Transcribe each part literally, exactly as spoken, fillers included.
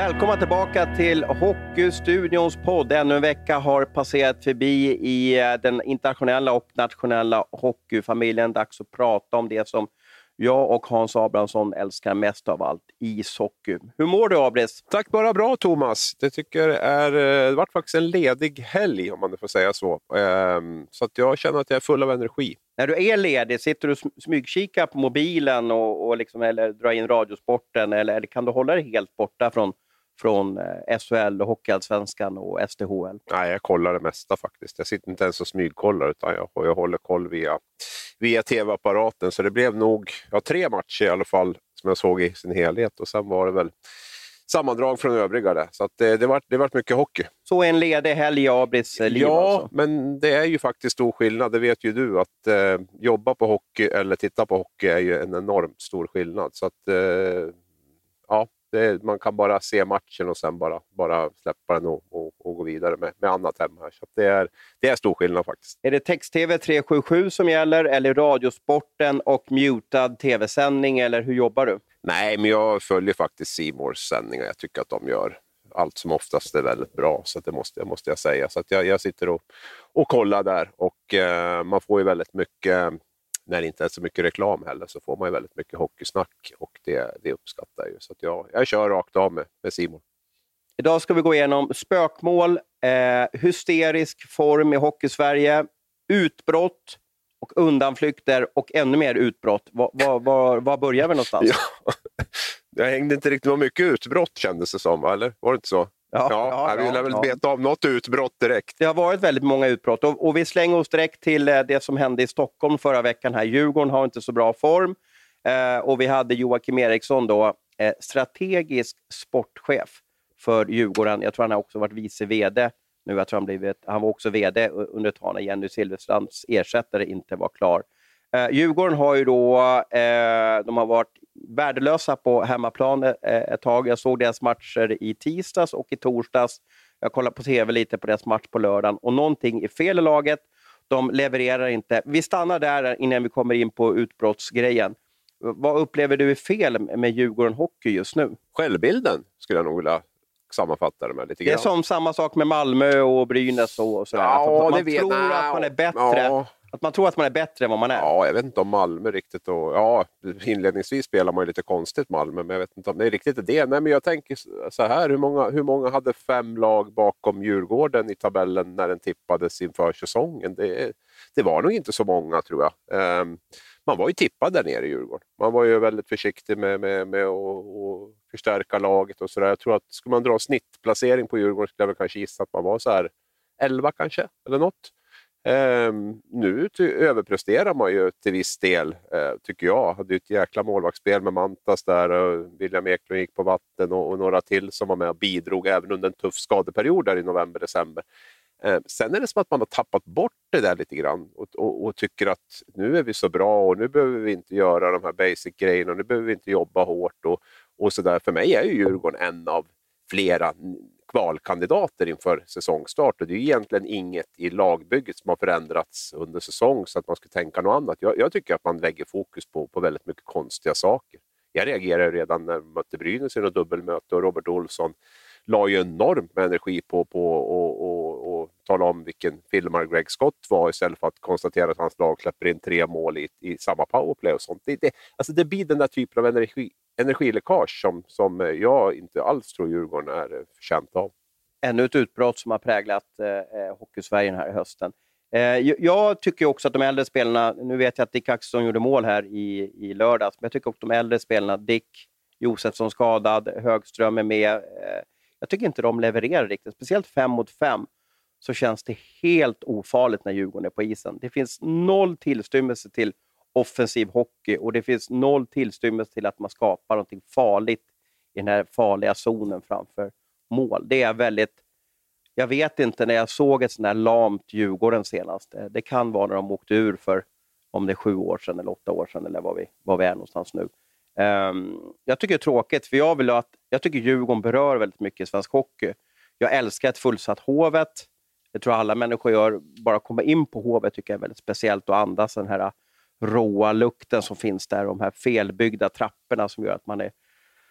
Välkomna tillbaka till Hockeystudions podd. Ännu en vecka har passerat förbi i den internationella och nationella hockeyfamiljen. Dags att prata om det som jag och Hans Abrahamsson älskar mest av allt, ishockey. Hur mår du, Abris? Tack, bara bra, Thomas. Det tycker är, det var faktiskt en ledig helg, om man får säga så. Så att jag känner att jag är full av energi. När du är ledig, sitter du och smygkikar på mobilen och, och liksom, eller drar in radiosporten, eller, eller kan du hålla dig helt borta från från S H L, Hockeyallsvenskan och S D H L? Nej, jag kollar det mesta faktiskt. Jag sitter inte ens och smygkollar, utan jag, jag håller koll via, via tv-apparaten. Så det blev nog ja, tre matcher i alla fall som jag såg i sin helhet. Och sen var det väl sammandrag från övriga där. Så att det, det, var, det var mycket hockey. Så en ledig helg i Abris liv? Ja, alltså. Men det är ju faktiskt stor skillnad. Det vet ju du, att eh, jobba på hockey eller titta på hockey är ju en enormt stor skillnad. Så att, eh, ja. Det, man kan bara se matchen och sen bara, bara släppa den och, och, och gå vidare med, med annat hemma här. Så det, är, det är stor skillnad faktiskt. Är det text-tv tre sju sju som gäller, eller radiosporten och mutad tv-sändning, eller hur jobbar du? Nej, men jag följer faktiskt C Mores sändningar. Jag tycker att de gör allt som oftast är väldigt bra, så det måste, måste jag säga. Så att jag, jag sitter och, och kollar där, och eh, man får ju väldigt mycket... När det inte är så mycket reklam heller, så får man ju väldigt mycket hockeysnack, och det, det uppskattar jag ju. Så att jag, jag kör rakt av med, med Simon. Idag ska vi gå igenom spökmål, eh, hysterisk form i Hockeysverige, utbrott och undanflykter och ännu mer utbrott. Var, var, var, var börjar vi någonstans? Ja, jag hängde inte riktigt med mycket utbrott, kändes det som, eller? Var det inte så? Ja, ja, ja, jag vill ja, väl ja. beta av något utbrott direkt. Det har varit väldigt många utbrott, och, och vi slänger oss direkt till det som hände i Stockholm förra veckan här. Djurgården har inte så bra form, eh, och vi hade Joakim Eriksson då, eh, strategisk sportchef för Djurgården. Jag tror han har också varit vice vd nu. Jag tror han, blivit, han var också vd under ett tag när Jenny Silverstrands ersättare inte var klar. Eh, Djurgården har ju då eh, de har varit värdelösa på hemmaplan eh, ett tag. Jag såg deras matcher i tisdags och i torsdags. Jag kollade på tv lite på deras match på lördagen, och någonting är fel i laget. De levererar inte. Vi stannar där innan vi kommer in på utbrottsgrejen. Vad upplever du är fel med Djurgården Hockey just nu? Självbilden skulle jag nog vilja sammanfatta det med lite grann. Det är som samma sak med Malmö och Brynäs och sådär. Ja, att man det tror vet, att man är bättre. Ja. Att man tror att man är bättre än vad man är. Ja, jag vet inte om Malmö riktigt. Och, ja, inledningsvis spelar man ju lite konstigt Malmö, men jag vet inte om det är riktigt det. Nej, men jag tänker så här, hur många, hur många hade fem lag bakom Djurgården i tabellen när den tippades inför säsongen? Det, det var nog inte så många, tror jag. Um, man var ju tippad där nere i Djurgården. Man var ju väldigt försiktig med, med, med att och förstärka laget och sådär. Jag tror att skulle man dra snittplacering på Djurgården, skulle jag väl kanske gissa att man var så här elva kanske, eller något. Um, nu ty- överpresterar man ju till viss del, uh, tycker jag. Hade ju ett jäkla målvaktsspel med Mantas där, och William Eklund gick på vatten, och, och några till som var med och bidrog även under en tuff skadeperiod där i november-december. Uh, sen är det som att man har tappat bort det där lite grann, och, och, och tycker att nu är vi så bra, och nu behöver vi inte göra de här basic-grejerna, nu behöver vi inte jobba hårt och, och sådär. För mig är ju Djurgården en av flera kvalkandidater inför säsongstart, och det är egentligen inget i lagbygget som har förändrats under säsong så att man ska tänka något annat. Jag, jag tycker att man lägger fokus på, på väldigt mycket konstiga saker. Jag reagerade redan när man mötte Brynäs i något dubbelmöte, och Robert Olsson la ju enormt med energi på att och, och, och tala om vilken filmare Greg Scott var, istället för att konstatera att hans lag släpper in tre mål i, i samma powerplay och sånt. Det, det, alltså det blir den där typen av energi energiläckage som, som jag inte alls tror Djurgården är förtjänt av. Ännu ett utbrott som har präglat eh, Hockeysverige här i hösten. Eh, jag tycker också att de äldre spelarna, nu vet jag att Dick Axelsson gjorde mål här i, i lördags, men jag tycker också att de äldre spelarna, Dick Josefsson skadad, Högström är med. Eh, jag tycker inte de levererar riktigt, speciellt fem mot fem. Så känns det helt ofarligt när Djurgården är på isen. Det finns noll tillstymmelse till offensiv hockey, och det finns noll tillstymmelse till att man skapar någonting farligt i den här farliga zonen framför mål. Det är väldigt, jag vet inte när jag såg ett sån här lamt Djurgården senast. Det kan vara när de åkte ur för, om det är sju år sedan eller åtta år sedan, eller vad vi, vad vi är någonstans nu. Um, jag tycker det är tråkigt, för jag vill att, jag tycker Djurgården berör väldigt mycket i svensk hockey. Jag älskar ett fullsatt Hovet. Jag tror alla människor gör. Bara komma in på Hovet tycker jag är väldigt speciellt, och andas den här råa lukten som finns där, de här felbyggda trapporna som gör att man är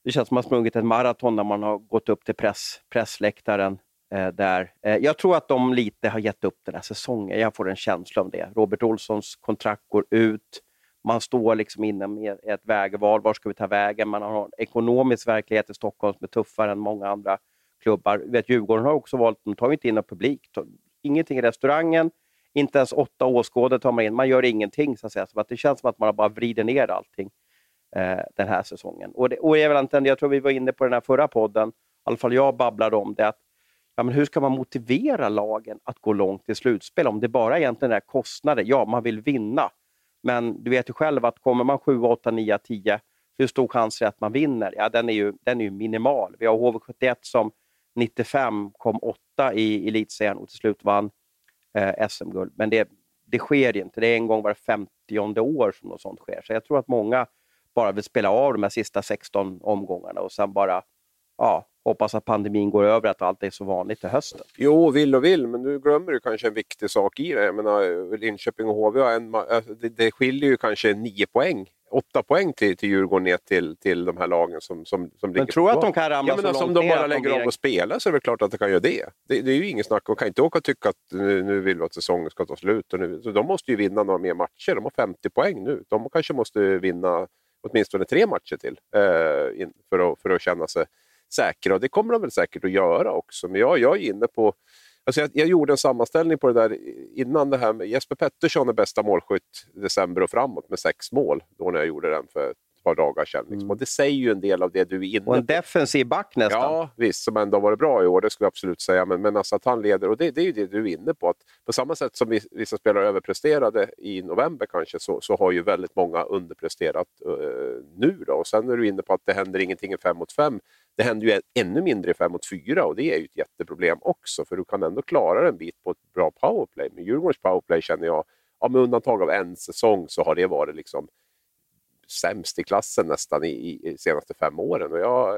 det känns som att man har sprungit ett maraton när man har gått upp till press, pressläktaren eh, där. Eh, jag tror att de lite har gett upp den här säsongen. Jag får en känsla om det. Robert Olssons kontrakt går ut. Man står liksom inne med ett vägval. Var ska vi ta vägen? Man har en ekonomisk verklighet i Stockholm som är tuffare än många andra klubbar. Vet, Djurgården har också valt, de tar inte in någon publik. Ingenting i restaurangen. Inte ens åtta åskådare tar man in. Man gör ingenting så att säga. Så att det känns som att man bara vrider ner allting eh, den här säsongen. Och, det, och jag, inte, jag tror vi var inne på den här förra podden. I alla fall jag babblade om det. Att, ja, men hur ska man motivera lagen att gå långt i slutspel? Om det bara egentligen är kostnader. Ja, man vill vinna. Men du vet ju själv att kommer man sju, åtta, nio, tio, hur stor chans är att man vinner? Ja, den är ju, den är ju minimal. Vi har H V sjuttioett som nittiofem kom åtta i elitserien och till slut vann eh, S M-guld. Men det, det sker inte. Det är en gång var femtionde år som något sånt sker. Så jag tror att många bara vill spela av de här sista sexton omgångarna och sen bara ja, hoppas att pandemin går över, att allt är så vanligt till hösten. Jo, vill och vill, men nu glömmer du kanske en viktig sak i det. Jag menar, Linköping och H V har en, det, det skiljer ju kanske nio poäng, åtta poäng till, till Djurgården ner till, till de här lagen som, som, som ligger. Men tror att de kan ramla ja, men så alltså, långt om de bara ner lägger de av och spela så är det klart att det kan göra det. Det, det är ju ingen snack. De kan inte åka och tycka att nu, nu vill vi att säsongen ska ta slut. Och nu, så de måste ju vinna några mer matcher. De har femtio poäng nu. De kanske måste vinna åtminstone tre matcher till eh, in, för, att, för att känna sig säkra. Och det kommer de väl säkert att göra också. Men jag, jag är inne på... Alltså jag, jag gjorde en sammanställning på det där innan det här med Jesper Pettersson är bästa målskytt i december och framåt med sex mål. Då när jag gjorde den för ett par dagar sedan. Liksom. Mm. Och det säger ju en del av det du är inne på. Och en defensiv back nästan. Ja, visst. Som ändå har varit bra i år, det skulle jag absolut säga. Men, men alltså att han leder, och det, det är ju det du är inne på. Att på samma sätt som vissa spelare överpresterade i november kanske, så, så har ju väldigt många underpresterat uh, nu då. Och sen är du inne på att det händer ingenting i fem mot fem. Det händer ju ännu mindre i fem mot fyra och det är ju ett jätteproblem också. För du kan ändå klara en bit på ett bra powerplay. Men Djurgårdens powerplay känner jag, ja, med undantag av en säsong så har det varit liksom sämst i klassen nästan i, i, i senaste fem åren. Och jag,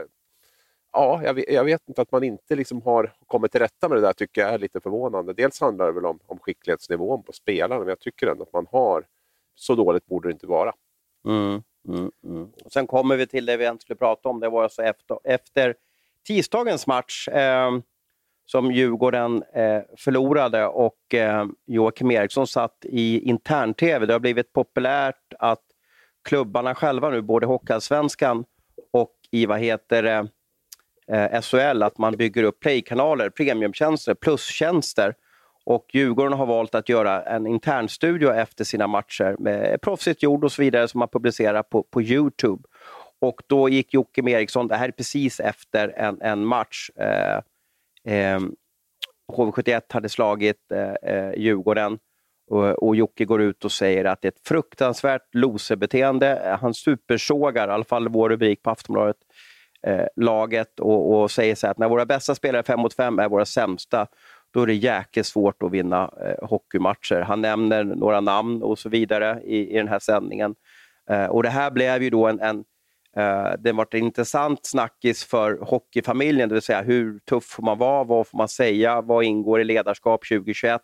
ja, jag, jag vet inte att man inte liksom har kommit till rätta med det där, tycker jag är lite förvånande. Dels handlar det väl om, om skicklighetsnivån på spelarna, men jag tycker ändå att man har, så dåligt borde det inte vara. Mm. Mm, mm. Och sen kommer vi till det vi inte skulle prata om. Det var alltså efter, efter tisdagens match eh, som Djurgården eh, förlorade och eh, Joakim Eriksson satt i intern-tv. Det har blivit populärt att klubbarna själva nu, både Hockeyallsvenskan och i vad heter eh, S H L, att man bygger upp playkanaler, premiumtjänster, plustjänster. Och Djurgården har valt att göra en internstudio efter sina matcher med proffsigt gjord och så vidare som man publicerar på, på YouTube. Och då gick Joakim Eriksson, det här är precis efter en, en match. Eh, eh, H V sjuttioett hade slagit eh, Djurgården och, och Jocke går ut och säger att det är ett fruktansvärt loserbeteende. Han supersågar, i alla fall vår rubrik på Aftonbladet, eh, laget och, och säger så här att när våra bästa spelare fem mot fem är våra sämsta, då är det jäkligt svårt att vinna eh, hockeymatcher. Han nämner några namn och så vidare i, i den här sändningen. Eh, och det här blev ju då en, en eh, det var en intressant snackis för hockeyfamiljen, det vill säga hur tuff får man vara, vad får man säga, vad ingår i ledarskap tjugohundratjugoett.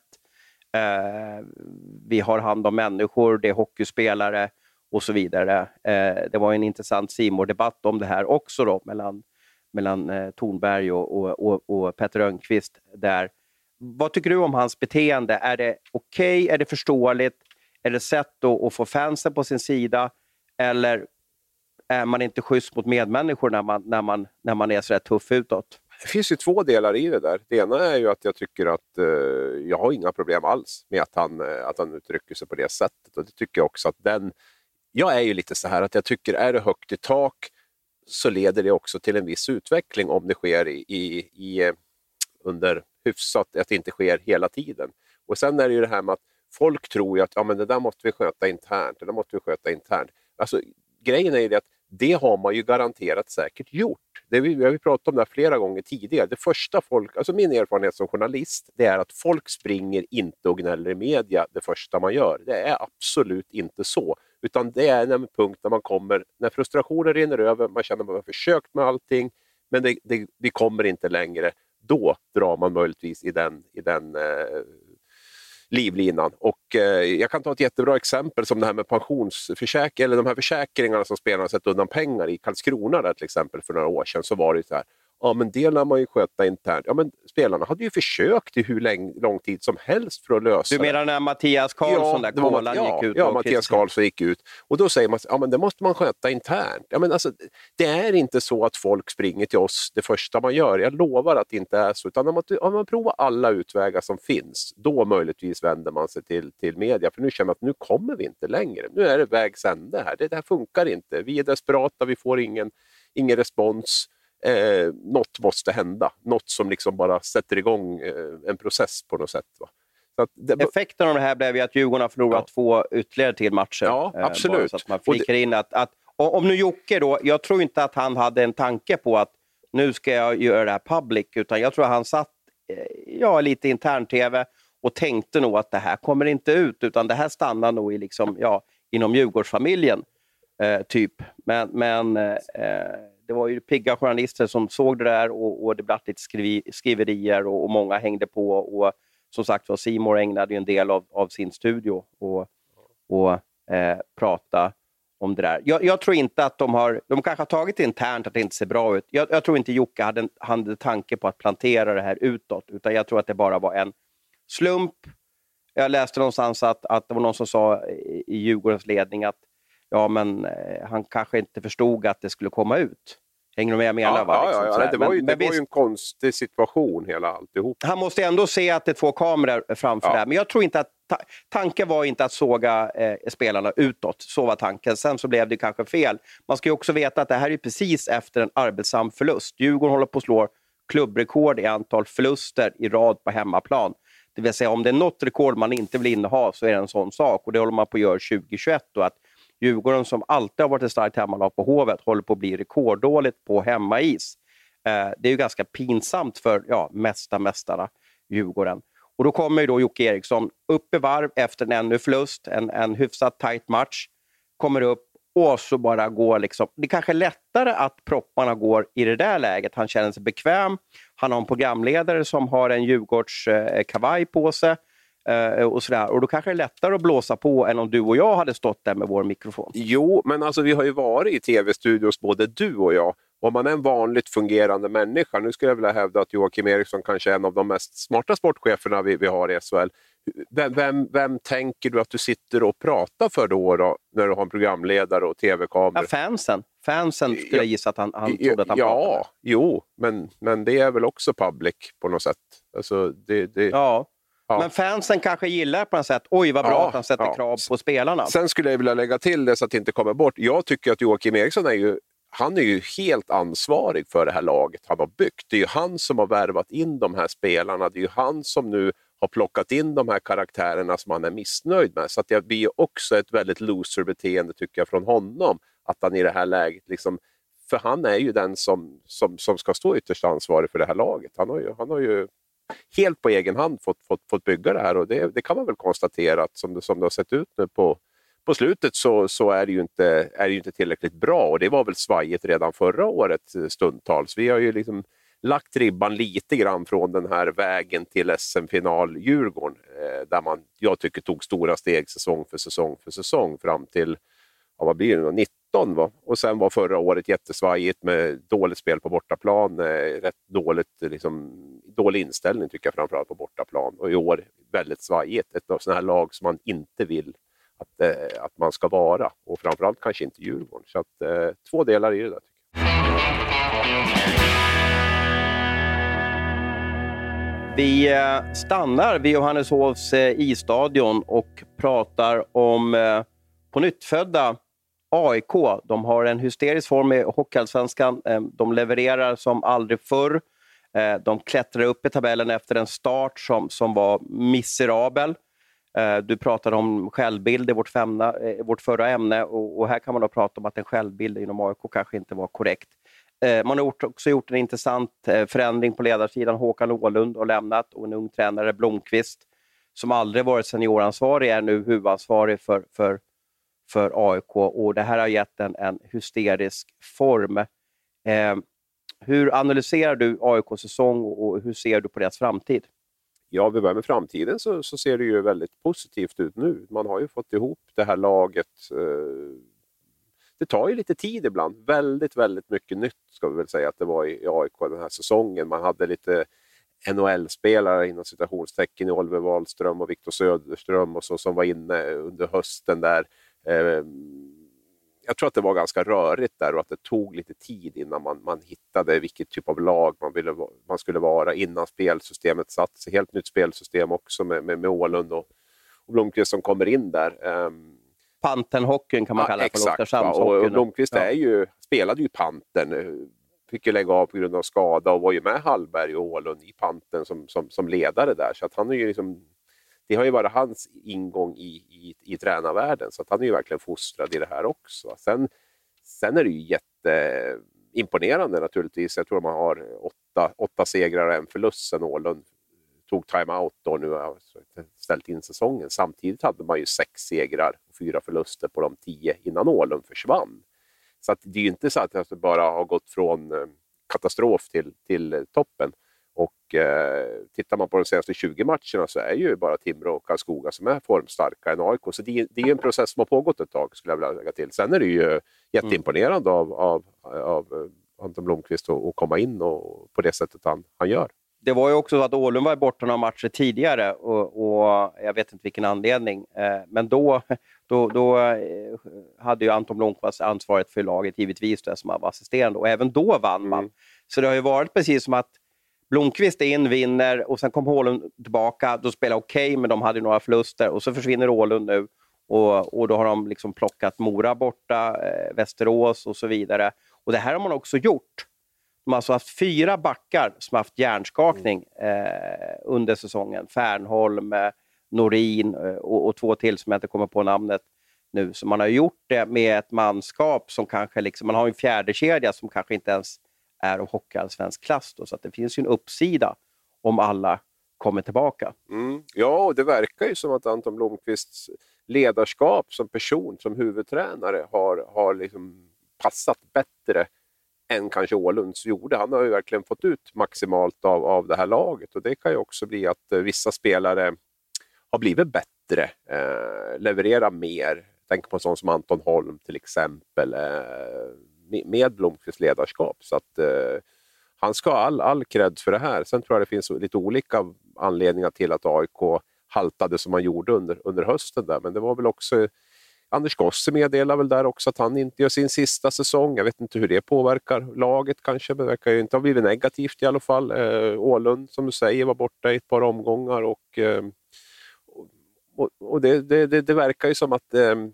Eh, vi har hand om människor, det är hockeyspelare och så vidare. Eh, det var en intressant C M-debatt om det här också då, mellan, mellan eh, Thornberg och, och, och, och Petter Rönnqvist där. Vad tycker du om hans beteende? Är det okej? Okay? Är det förståeligt? Är det sätt att, att få fansen på sin sida? Eller är man inte schysst mot medmänniskor när man, när man, när man är så där tuff utåt? Det finns ju två delar i det där. Det ena är ju att jag tycker att eh, jag har inga problem alls med att han, att han uttrycker sig på det sättet. Och det tycker jag också att den... Jag är ju lite så här att jag tycker är det högt i tak så leder det också till en viss utveckling om det sker i, i, i under hyfsat, att det inte sker hela tiden. Och sen är det ju det här med att folk tror ju att ja, men det där måste vi sköta internt, det där måste vi sköta internt. Alltså grejen är ju det att det har man ju garanterat säkert gjort. Det vi, vi har ju pratat om det här flera gånger tidigare. Det första folk, alltså min erfarenhet som journalist, det är att folk springer inte och gnäller i media det första man gör. Det är absolut inte så. Utan det är en punkt när man kommer, när frustrationen rinner över, man känner att man har försökt med allting, men det, det, vi kommer inte längre. Då drar man möjligtvis i den, i den eh, livlinan. Och eh, jag kan ta ett jättebra exempel som det här med pensionsförsäkring, eller de här försäkringarna som spelarna sett undan pengar i Karlskrona där, till exempel för några år sedan, så var det så här. Ja, men det lär man ju sköta internt. Ja, men spelarna hade ju försökt i hur lång, lång tid som helst för att lösa det. Du menar när Mattias Karlsson ja, där, Kolan ja, gick ut? Ja, Mattias Karlsson gick ut. Och då säger man ja, men det måste man sköta internt. Ja, men alltså, det är inte så att folk springer till oss det första man gör. Jag lovar att det inte är så. Utan om man, om man provar alla utvägar som finns, då möjligtvis vänder man sig till, till media. För nu känner man att nu kommer vi inte längre. Nu är det vägs ände här. Det, det här funkar inte. Vi är desperata, vi får ingen, ingen respons. Eh, något måste hända. Något som liksom bara sätter igång eh, en process på något sätt. Va? Så att det... Effekten av det här blev ju att Djurgården har förlorat ja. två ytterligare till matcher. Ja, absolut. Eh, så att man flikar in att, att om nu Jocke då, jag tror inte att han hade en tanke på att nu ska jag göra det här public, utan jag tror att han satt eh, ja, lite intern-tv och tänkte nog att det här kommer inte ut, utan det här stannar nog i liksom, ja, inom Djurgårdsfamiljen eh, typ. Men, men eh, det var ju pigga journalister som såg det där och, och det blev lite skriv, skriverier och, och många hängde på. Och som sagt var, C More ägnade ju en del av, av sin studio och, och eh, prata om det där. Jag, jag tror inte att de har, de kanske har tagit internt att det inte ser bra ut. Jag, jag tror inte Jocke hade en hade tanke på att plantera det här utåt, utan jag tror att det bara var en slump. Jag läste någonstans att, att det var någon som sa i, i Djurgårdens ledning att ja, men eh, han kanske inte förstod att det skulle komma ut. Hänger du med jag menar? Ja, va? Liksom, ja, ja. Det var ju, men, det men var ju en konstig situation hela alltihop. Han måste ändå se att det är två kameror framför ja. det. Men jag tror inte att ta- tanken var inte att såga eh, spelarna utåt. Så var tanken. Sen så blev det kanske fel. Man ska ju också veta att det här är precis efter en arbetsam förlust. Djurgården håller på att slå klubbrekord i antal förluster i rad på hemmaplan. Det vill säga om det är något rekord man inte vill inneha så är det en sån sak. Och det håller man på att göra tjugo tjugoett. Och att Djurgården som alltid har varit ett starkt hemmalag på Hovet håller på att bli rekorddåligt på hemmais. Eh, det är ju ganska pinsamt för ja, mästa mästarna Djurgården. Och då kommer ju då Jocke Eriksson upp i varv efter en ännu förlust, en, en hyfsat tight match. Kommer upp och så bara går liksom. Det är kanske lättare att propparna går i det där läget. Han känner sig bekväm. Han har en programledare som har en Djurgårds eh, kavaj på sig. Uh, och, sådär. Och då kanske det är lättare att blåsa på än om du och jag hade stått där med vår mikrofon. Jo, men alltså vi har ju varit i tv-studios både du och jag. Om man är en vanligt fungerande människa, nu skulle jag vilja hävda att Joakim Eriksson kanske är en av de mest smarta sportcheferna vi, vi har i S H L. Vem, vem, vem tänker du att du sitter och pratar för då, då när du har en programledare och tv-kameror? Ja, fansen. Fansen skulle jag gissa att han, han ja, trodde att han ja, pratade. Ja, jo, men, men det är väl också public på något sätt. Alltså, det, det... Ja. Ja. Men fansen kanske gillar på något sätt. Oj, vad bra ja, att han sätter ja. krav på spelarna. Sen skulle jag vilja lägga till det så att det inte kommer bort. Jag tycker att Joakim Eriksson är ju, han är ju helt ansvarig för det här laget han har byggt. Det är ju han som har värvat in de här spelarna. Det är ju han som nu har plockat in de här karaktärerna som han är missnöjd med. Så att det blir också ett väldigt loser-beteende tycker jag från honom. Att han i det här läget liksom, för han är ju den som, som, som ska stå ytterst ansvarig för det här laget. Han har ju, han har ju helt på egen hand fått, fått, fått bygga det här och det, det kan man väl konstatera att som det, som det har sett ut nu på, på slutet så, så är, det ju inte, är det ju inte tillräckligt bra och det var väl svajigt redan förra året stundtals. Vi har ju liksom lagt ribban lite grann från den här vägen till S M-final Djurgården eh, där man, jag tycker, tog stora steg säsong för säsong för säsong fram till, ja, vad blir det, nitton va? Och sen var förra året jättesvajigt med dåligt spel på bortaplan, eh, rätt dåligt, liksom, dålig inställning tycker jag framförallt på bortaplan och i år väldigt svajigt, ett av sådana här lag som man inte vill att, eh, att man ska vara och framförallt kanske inte Djurgården, så att eh, två delar i det där tycker jag. Vi stannar vid Johanneshovs isstadion och pratar om på nyttfödda A I K. De har en hysterisk form i Hockeyallsvenskan. De levererar som aldrig förr. De klättrar upp i tabellen efter en start som, som var miserabel. Du pratade om självbild i vårt, femna, vårt förra ämne och, och här kan man då prata om att en självbild inom A I K kanske inte var korrekt. Man har också gjort en intressant förändring på ledarsidan. Håkan Åhlund har lämnat och en ung tränare, Blomqvist, som aldrig varit senioransvarig, är nu huvudansvarig för, för, för A I K. Och det här har gett en, en hysterisk form. Eh, hur analyserar du A I Ks säsong och hur ser du på deras framtid? Ja, vi börjar med framtiden så, så ser det ju väldigt positivt ut nu. Man har ju fått ihop det här laget. Eh, det tar ju lite tid ibland. Väldigt, väldigt mycket nytt ska vi väl säga att det var i A I K den här säsongen. Man hade lite N H L-spelare inom citationstecken i Oliver Wahlström och Viktor Söderström och så som var inne under hösten där. Eh, jag tror att det var ganska rörigt där och att det tog lite tid innan man, man hittade vilket typ av lag man, ville, man skulle vara innan spelsystemet satt sig. Helt nytt spelsystem också med, med, med Ålund och, och Blomqvist som kommer in där. Um, Pantern-hockeyn kan man ja, kalla det för exakt, Oskarshamnshockeyn. och Blomqvist är ju, spelade ju Pantern, fick ju lägga av på grund av skada och var ju med Hallberg och Ålund i Pantern som, som, som ledare där. Så att han är ju liksom, det har ju varit hans ingång i, i, i tränarvärlden, så att han är ju verkligen fostrad i det här också. Sen, sen är det ju jätteimponerande naturligtvis. Jag tror man har åtta, åtta segrar och en förlust sen Ålund tog timeout då nu har ställt in säsongen. Samtidigt hade man ju sex segrar och fyra förluster på de tio innan Ålund försvann. Så att det är ju inte så att det bara har gått från katastrof till, till toppen. Och eh, tittar man på de senaste tjugo matcherna så är ju bara Timrå och Karlskoga som är formstarka än A I K. Så det, det är en process som har pågått ett tag skulle jag vilja lägga till. Sen är det ju jätteimponerande mm. av, av, av Anton Blomqvist att, att komma in och på det sättet han, han gör. Det var ju också så att Ålund var borta några matcher tidigare och, och jag vet inte vilken anledning. Eh, men då, då, då eh, hade ju Anton Blomqvist ansvaret för laget givetvis det som var assisterande och även då vann man. Mm. Så det har ju varit precis som att Blomqvist in, vinner och sen kom Ålund tillbaka. Då spelar okej, okay, men de hade några förluster. Och så försvinner Ålund nu. Och, och då har de liksom plockat Mora borta, eh, Västerås och så vidare. Och det här har man också gjort. De har alltså haft fyra backar som har haft hjärnskakning eh, under säsongen. Färnholm, eh, Norin eh, och, och två till som jag inte kommer på namnet nu. Så man har gjort det med ett manskap som kanske liksom, man har en fjärde kedja som kanske inte ens är av hockeyallsvensk klass då, så att det finns ju en uppsida om alla kommer tillbaka. Mm. Ja, och det verkar ju som att Anton Blomqvists ledarskap som person, som huvudtränare har, har liksom passat bättre än kanske Ålunds gjorde. Han har ju verkligen fått ut maximalt av, av det här laget och det kan ju också bli att eh, vissa spelare har blivit bättre, eh, levererar mer. Tänk på en sån som Anton Holm till exempel, eh, med Blomqvists ledarskap. Så att eh, han ska ha all, all cred för det här. Sen tror jag det finns lite olika anledningar till att A I K haltade som man gjorde under, under hösten där. Men det var väl också Anders Gosse meddelar väl där också att han inte gör sin sista säsong. Jag vet inte hur det påverkar laget kanske. Det verkar ju inte ha blivit negativt i alla fall. Eh, Ålund som du säger var borta i ett par omgångar och, eh, och, och det, det, det, det verkar ju som att eh,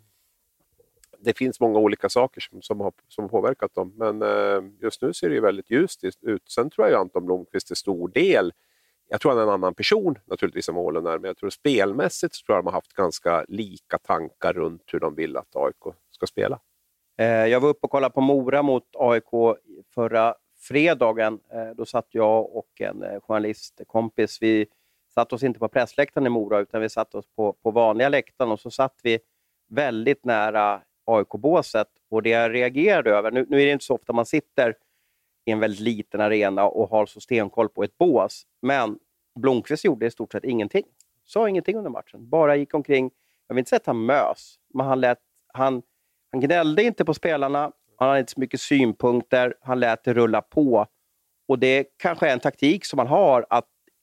det finns många olika saker som, som, har, som har påverkat dem. Men eh, just nu ser det ju väldigt ljust ut. Sen tror jag ju Anton Blomqvist är stor del. Jag tror han är en annan person naturligtvis som Ålund är. Men jag tror spelmässigt så tror jag de har haft ganska lika tankar runt hur de vill att A I K ska spela. Eh, jag var uppe och kollade på Mora mot A I K förra fredagen. Eh, då satt jag och en eh, journalistkompis. Vi satt oss inte på pressläktaren i Mora utan vi satt oss på, på vanliga läktaren. Och så satt vi väldigt nära A I K-båset och det jag reagerade över, nu, nu är det inte så ofta man sitter i en väldigt liten arena och har så stenkoll på ett bås, men Blomqvist gjorde i stort sett ingenting, sa ingenting under matchen, bara gick omkring, jag vill inte säga att han mös, men han lät, han, han gnällde inte på spelarna, han hade inte så mycket synpunkter, han lät det rulla på och det kanske är en taktik som man har att,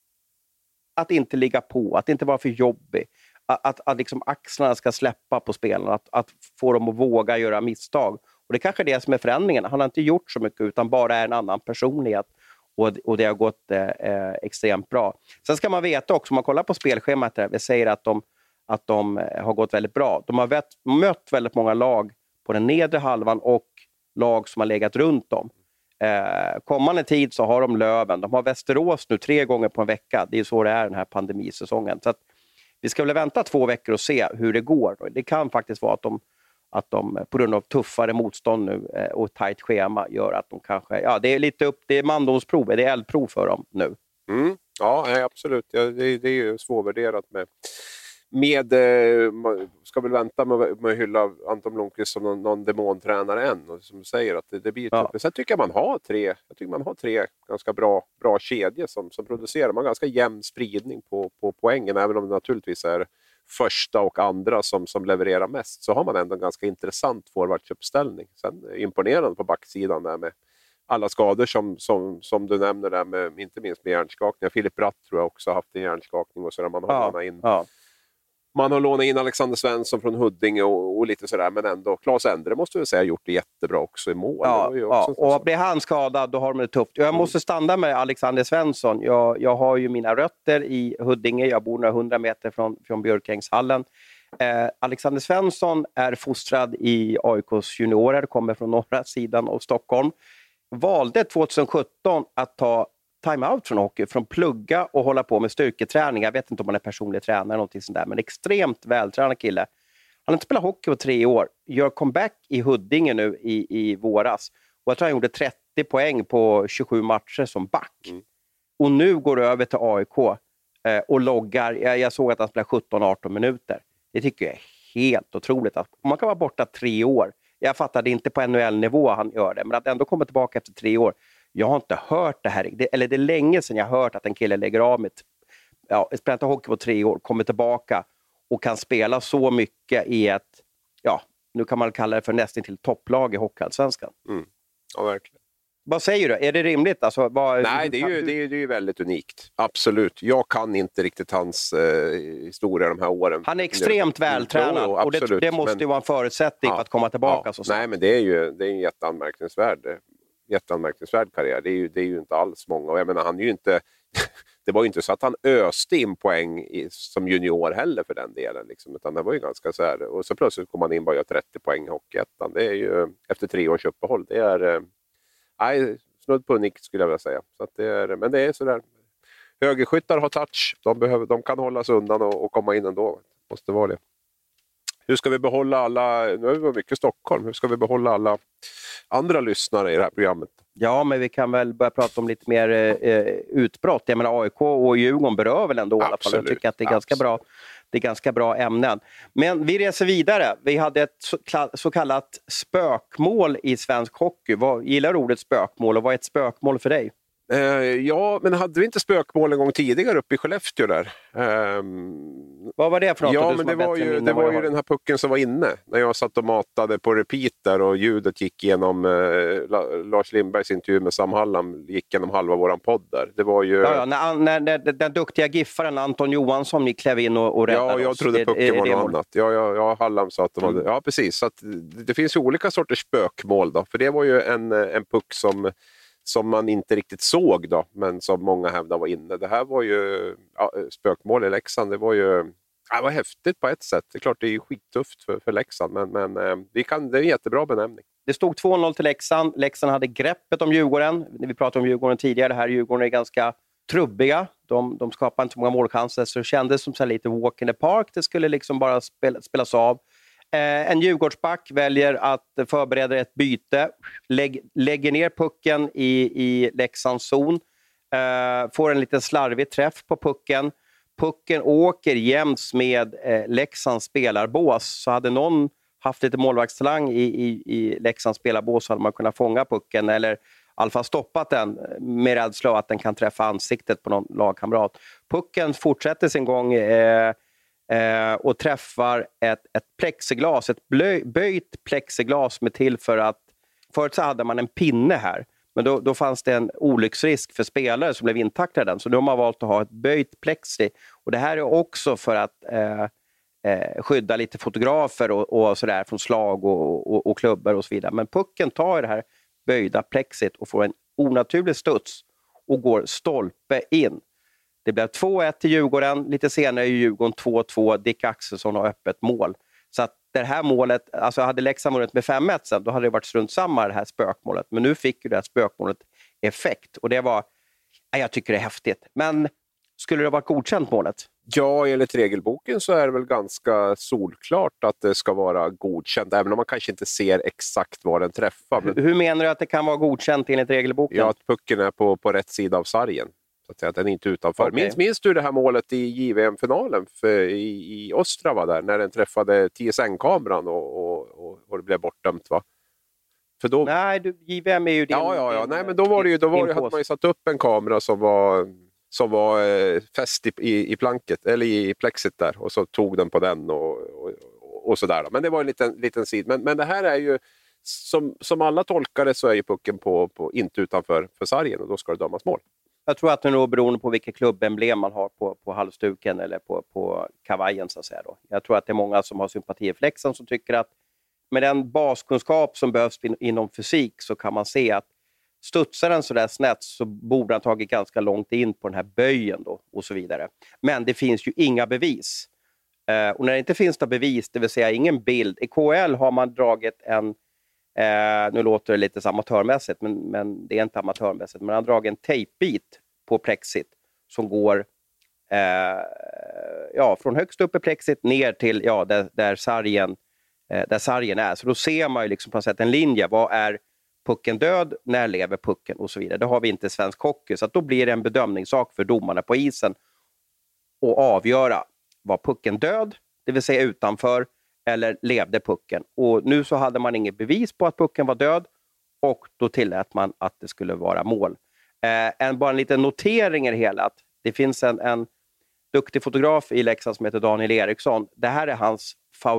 att inte ligga på, att inte vara för jobbig. Att, att, att liksom axlarna ska släppa på spelarna. Att, att få dem att våga göra misstag. Och det är kanske det som är förändringen. Han har inte gjort så mycket utan bara är en annan personlighet. Och, och det har gått eh, extremt bra. Sen ska man veta också, om man kollar på spelschemat där, vi säger att de, att de har gått väldigt bra. De har vet, mött väldigt många lag på den nedre halvan och lag som har legat runt dem. Eh, kommande tid så har de Löven. De har Västerås nu tre gånger på en vecka. Det är så det är den här pandemisäsongen. Så att vi ska väl vänta två veckor och se hur det går. Det kan faktiskt vara att de, att de på grund av tuffare motstånd nu eh, och tajt schema gör att de kanske... Ja, det är lite upp, det är mandomsprov, det är eldprov för dem nu. Mm. Ja, absolut. Ja, det, det är ju svårvärderat med, med eh, man ska väl vänta med, med att hylla Anton Blomqvist som någon, någon demontränare än. Och som du säger att det, det blir ja. Sen tycker jag man har tre, jag tycker man har tre ganska bra, bra kedjor som, som producerar. Man har ganska jämn spridning på, på poängen, även om det naturligtvis är första och andra som, som levererar mest, så har man ändå en ganska intressant forwardsuppställning. Sen imponerande på backsidan där med alla skador som, som, som du nämner där, med, inte minst med hjärnskakningar. Filip Bratt tror jag också har haft en hjärnskakning och så där man har ja, lånat in. Ja. Man har lånat in Alexander Svensson från Huddinge och, och lite sådär, men ändå Claes Endre måste jag säga har gjort det jättebra också i mål. Ja, också ja. och blir han skadad då har de det tufft. Jag mm. måste stanna med Alexander Svensson. Jag, jag har ju mina rötter i Huddinge, jag bor några hundra meter från, från Björkängshallen. Eh, Alexander Svensson är fostrad i A I K:s juniorer, kommer från norra sidan av Stockholm. Valde tjugohundrasjutton att ta time-out från hockey, från plugga och hålla på med styrketräning. Jag vet inte om han är personlig tränare eller någonting sånt där, men extremt vältränad kille. Han har inte spelat hockey på tre år. Gör comeback i Huddinge nu i, i våras. Och jag tror han gjorde trettio poäng på tjugosju matcher som back. Mm. Och nu går det över till A I K eh, och loggar. Jag, jag såg att han spelar sjutton arton minuter. Det tycker jag är helt otroligt. Att man kan vara borta tre år. Jag fattar det inte på N H L-nivå han gör det. Men att ändå komma tillbaka efter tre år. Jag har inte hört det här. Det, eller det är länge sedan jag har hört att en kille lägger av med... Ja, spelar inte hockey på tre år. Kommer tillbaka och kan spela så mycket i ett... Ja, nu kan man kalla det för nästan till topplag i Hockeyallsvenskan. Mm. Ja, verkligen. Vad säger du? Är det rimligt? Alltså, vad, Nej, det är, ju, det, är, det är ju väldigt unikt. Absolut. Jag kan inte riktigt hans eh, historia de här åren. Han är extremt vältränad. Jo, och det, det måste men, ju vara en förutsättning ja, för att komma tillbaka. Ja, så nej, men det är ju det är en jätteanmärkningsvärd, jätteanmärkningsvärd karriär. Det är, ju, det är ju inte alls många. Och jag menar, han är ju inte... Det var ju inte så att han öste in poäng i, som junior heller för den delen. Liksom, utan det var ju ganska så här. Och så plötsligt kom han in och bara gör trettio poäng i Hockeyettan. Det är ju efter tre års uppehåll. Det är... Nej, snudd på unikt skulle jag vilja säga. Så att det är, men det är sådär. Högerskyttar har touch. De, behöver, de kan hålla sig undan och, och komma in ändå. Måste vara det. Hur ska vi behålla alla... Nu är det mycket Stockholm. Hur ska vi behålla alla andra lyssnare i det här programmet? Ja, men vi kan väl börja prata om lite mer eh, utbrott. Jag menar A I K och Djurgården berör väl ändå i alla fall. Jag tycker att det är ganska bra. Det är ganska bra ämnen. Men vi reser vidare. Vi hade ett så, så kallat spökmål i svensk hockey. Vad, gillar du ordet spökmål och vad är ett spökmål för dig? Uh, ja, men hade vi inte spökmål en gång tidigare uppe i Skellefteå där? Um, Vad var det för något? Ja, men det var ju, det var ju den här pucken som var inne. När jag satt och matade på repeat där och ljudet gick genom uh, Lars Lindbergs intervju med Sam Hallam gick genom halva våran podd där. Det var ju... Ja, ja, när, när, när den duktiga giffaren Anton Johansson klev in och, och räddade oss. Ja, jag trodde pucken är, är var något annat. Ja, ja, ja, Hallam sa att de hade... Ja, precis. Så att det finns ju olika sorters spökmål då. För det var ju en, en puck som... som man inte riktigt såg då, men som många hävdar var inne. Det här var ju ja, spökmål i Leksand. Det var ju ja, det var häftigt på ett sätt. Det är klart det är skittufft för, för Leksand, men, men eh, vi kan, det är en jättebra benämning. Det stod två noll till Leksand. Leksand hade greppet om Djurgården. Vi pratade om Djurgården tidigare. Det här Djurgården är ganska trubbiga. De, de skapar inte så många målchanser, så det kändes som så här lite walk in the park. Det skulle liksom bara spela, spelas av. Eh, en Djurgårdsback väljer att förbereda ett byte, Lägg, lägger ner pucken i, i Leksands zon, eh, får en liten slarvig träff på pucken. Pucken åker jäms med eh, Leksands spelarbås, så hade någon haft lite målvaktstalang i, i, i Leksands spelarbås så hade man kunnat fånga pucken eller i alla fall stoppat den med rädsla att den kan träffa ansiktet på någon lagkamrat. Pucken fortsätter sin gång eh, Eh, och träffar ett, ett plexiglas, ett blö, böjt plexiglas med till för att förut så hade man en pinne här, men då, då fanns det en olycksrisk för spelare som blev intaktade den, så de har valt att ha ett böjt plexi, och det här är också för att eh, eh, skydda lite fotografer och, och sådär från slag och, och, och klubbor och så vidare, men pucken tar det här böjda plexit och får en onaturlig studs och går stolpe in. Det blev två ett till Djurgården. Lite senare är Djurgården två två. Dick Axelsson har öppet mål. Så att det här målet, alltså hade Leksand vunnit med fem ett sen, då hade det varit strunt samma det här spökmålet. Men nu fick ju det här spökmålet effekt. Och det var, jag tycker det är häftigt. Men skulle det ha varit godkänt målet? Ja, enligt regelboken så är det väl ganska solklart att det ska vara godkänt. Även om man kanske inte ser exakt var den träffar. Men... Hur menar du att det kan vara godkänt enligt regelboken? Ja, att pucken är på, på rätt sida av sargen. Så att säga, den är inte utanför. Okay. Minns, minns du det här målet i J V M-finalen för, i, i Ostrava där, när den träffade T S N-kameran och, och, och, och det blev bortdömt, va? För då... Nej, du, J V M är ju din... Ja, ja, ja. Din, Nej, men då var det ju, då var det, hade man ju satt upp en kamera som var, som var eh, fäst i, i, i planket, eller i plexit där, och så tog den på den och, och, och sådär. Men det var en liten, liten sid. Men, men det här är ju, som, som alla tolkare så är ju pucken på, på, inte utanför för sargen, och då ska det dömas mål. Jag tror att det är beroende på vilket klubbemblem man har på, på halsduken eller på, på kavajen, så att säga då. Jag tror att det är många som har sympati för Leksand som tycker att med den baskunskap som behövs in, inom fysik så kan man se att studsar den så där snett så borde han tagit ganska långt in på den här böjen då, och så vidare. Men det finns ju inga bevis. Eh, och när det inte finns några bevis, det vill säga ingen bild. I K H L har man dragit en, eh, nu låter det lite amatörmässigt, men, men det är inte amatörmässigt, men han har dragit en tejpbit på plexit som går eh, ja, från högst upp i plexit ner till ja, där, där, sargen, eh, där sargen är. Så då ser man ju liksom på något sätt en linje. Vad är pucken död? När lever pucken? Och så vidare. Det har vi inte i svensk hockey. Så att då blir det en bedömningssak för domarna på isen att avgöra, var pucken död, det vill säga utanför, eller levde pucken. Och nu så hade man inget bevis på att pucken var död, och då tillät man att det skulle vara mål. Eh, en, bara en liten notering i det hela, att det finns en, en duktig fotograf i Leksand som heter Daniel Eriksson. Det här är hans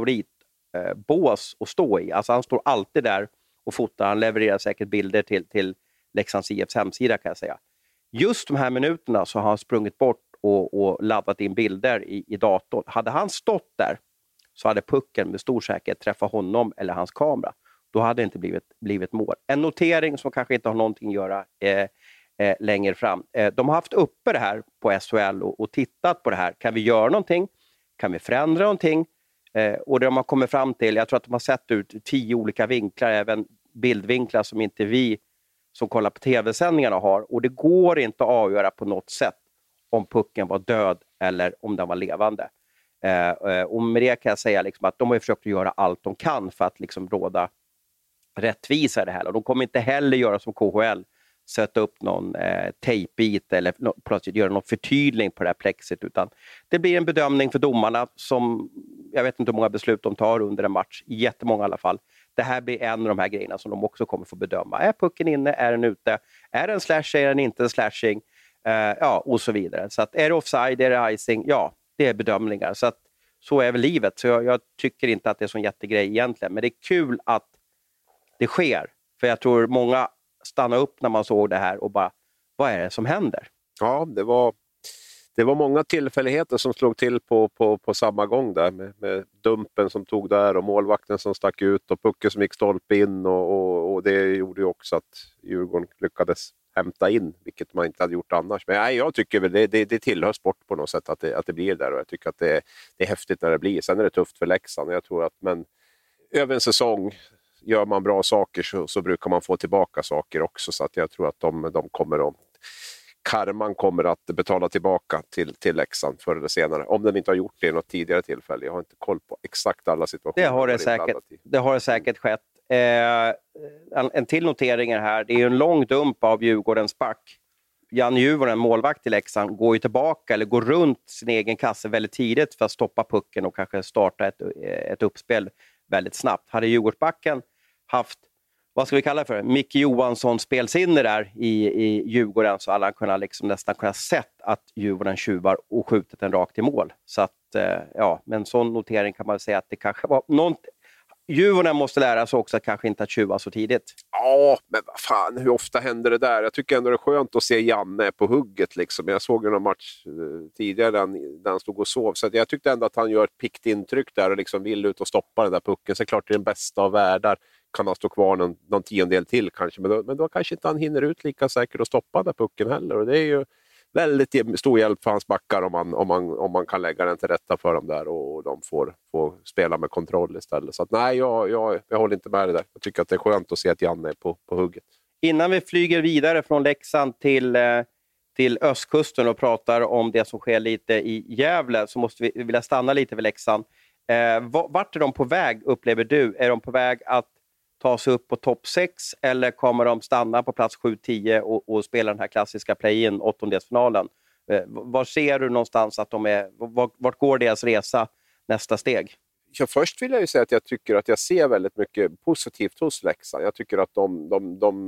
favoritbås eh, att stå i. Alltså han står alltid där och fotar. Han levererar säkert bilder till, till Leksands I Fs hemsida, kan jag säga. Just de här minuterna så har han sprungit bort och, och laddat in bilder i, i datorn. Hade han stått där så hade pucken med stor säkerhet träffat honom eller hans kamera. Då hade det inte blivit, blivit mål. En notering som kanske inte har någonting att göra eh, eh, längre fram. Eh, de har haft uppe det här på S H L och, och tittat på det här. Kan vi göra någonting? Kan vi förändra någonting? Eh, och det de har kommit fram till, jag tror att de har sett ut tio olika vinklar, även bildvinklar som inte vi som kollar på tv-sändningarna har. Och det går inte att avgöra på något sätt om pucken var död eller om den var levande. Eh, och med det kan jag säga liksom att de har försökt göra allt de kan för att liksom råda rättvisa i det här. Och de kommer inte heller göra som K H L, sätta upp någon eh, tejpbit eller no, plötsligt göra någon förtydling på det här plexit, utan det blir en bedömning för domarna som, jag vet inte hur många beslut de tar under en match, jättemånga i alla fall. Det här blir en av de här grejerna som de också kommer få bedöma. Är pucken inne? Är den ute? Är den slashing? Är den inte en slashing? Uh, ja, och så vidare. Så att är det offside? Är det icing? Ja, det är bedömningar. Så att så är väl livet. Så jag, jag tycker inte att det är sån jättegrej egentligen. Men det är kul att det sker. För jag tror många stannar upp när man såg det här och bara, vad är det som händer? Ja, det var, det var många tillfälligheter som slog till på, på, på samma gång där. Med, med dumpen som tog där och målvakten som stack ut och pucken som gick stolp in. Och, och, och det gjorde ju också att Djurgården lyckades hämta in, vilket man inte hade gjort annars. Men nej, jag tycker väl det, det, det tillhör sport på något sätt att det, att det blir där, och jag tycker att det, det är häftigt när det blir. Sen är det tufft för Leksand. Jag tror att, men över en säsong gör man bra saker så, så brukar man få tillbaka saker också, så att jag tror att de, de kommer att karman kommer att betala tillbaka till, till Leksand förr eller senare, om den inte har gjort det i något tidigare tillfälle. Jag har inte koll på exakt alla situationer. Det har det säkert, det har det säkert skett. Eh, en, en till notering här, det är ju en lång dump av Djurgårdens back. Jan Juvonen, målvakt i Leksand, går ju tillbaka eller går runt sin egen kasse väldigt tidigt för att stoppa pucken och kanske starta ett, ett uppspel väldigt snabbt. Hade Djurgårdsbacken haft, vad ska vi kalla det för, Micke Johansson spelsinne där i, i Djurgården, så alla han kunnat liksom nästan kunnat sett att Djurgården tjuvar och skjutit den rakt i mål. Så att, eh, ja, med en sån notering kan man säga att det kanske var något. Djurgården måste lära sig också att kanske inte att tjuva så tidigt. Ja, men vad fan, hur ofta händer det där? Jag tycker ändå det är skönt att se Janne på hugget. Liksom. Jag såg ju någon match tidigare där han, där han stod och sov. Så jag tyckte ändå att han gör ett pikt intryck där och liksom vill ut och stoppa den där pucken. Så klart det är den bästa av världar. Kan han stå kvar någon, någon tiondel till kanske. Men då, men då kanske inte han hinner ut lika säkert att stoppa den där pucken heller. Och det är ju väldigt stor hjälp för hans backar om man, om man, om man kan lägga den till rätta för dem där och de får, får spela med kontroll istället. Så att, nej, jag, jag, jag håller inte med det där. Jag tycker att det är skönt att se att Janne är på, på hugget. Innan vi flyger vidare från Leksand till, till östkusten och pratar om det som sker lite i Gävle, så måste vi vilja stanna lite vid Leksand. Eh, vart är de på väg, upplever du? Är de på väg att ta sig upp på topp sex, eller kommer de stanna på plats sju tio och, och spela den här klassiska play-in åttondelsfinalen? Eh, var ser du någonstans att de är, vart, vart går deras resa nästa steg? Ja, först vill jag ju säga att jag tycker att jag ser väldigt mycket positivt hos Leksand. Jag tycker att de, de, de,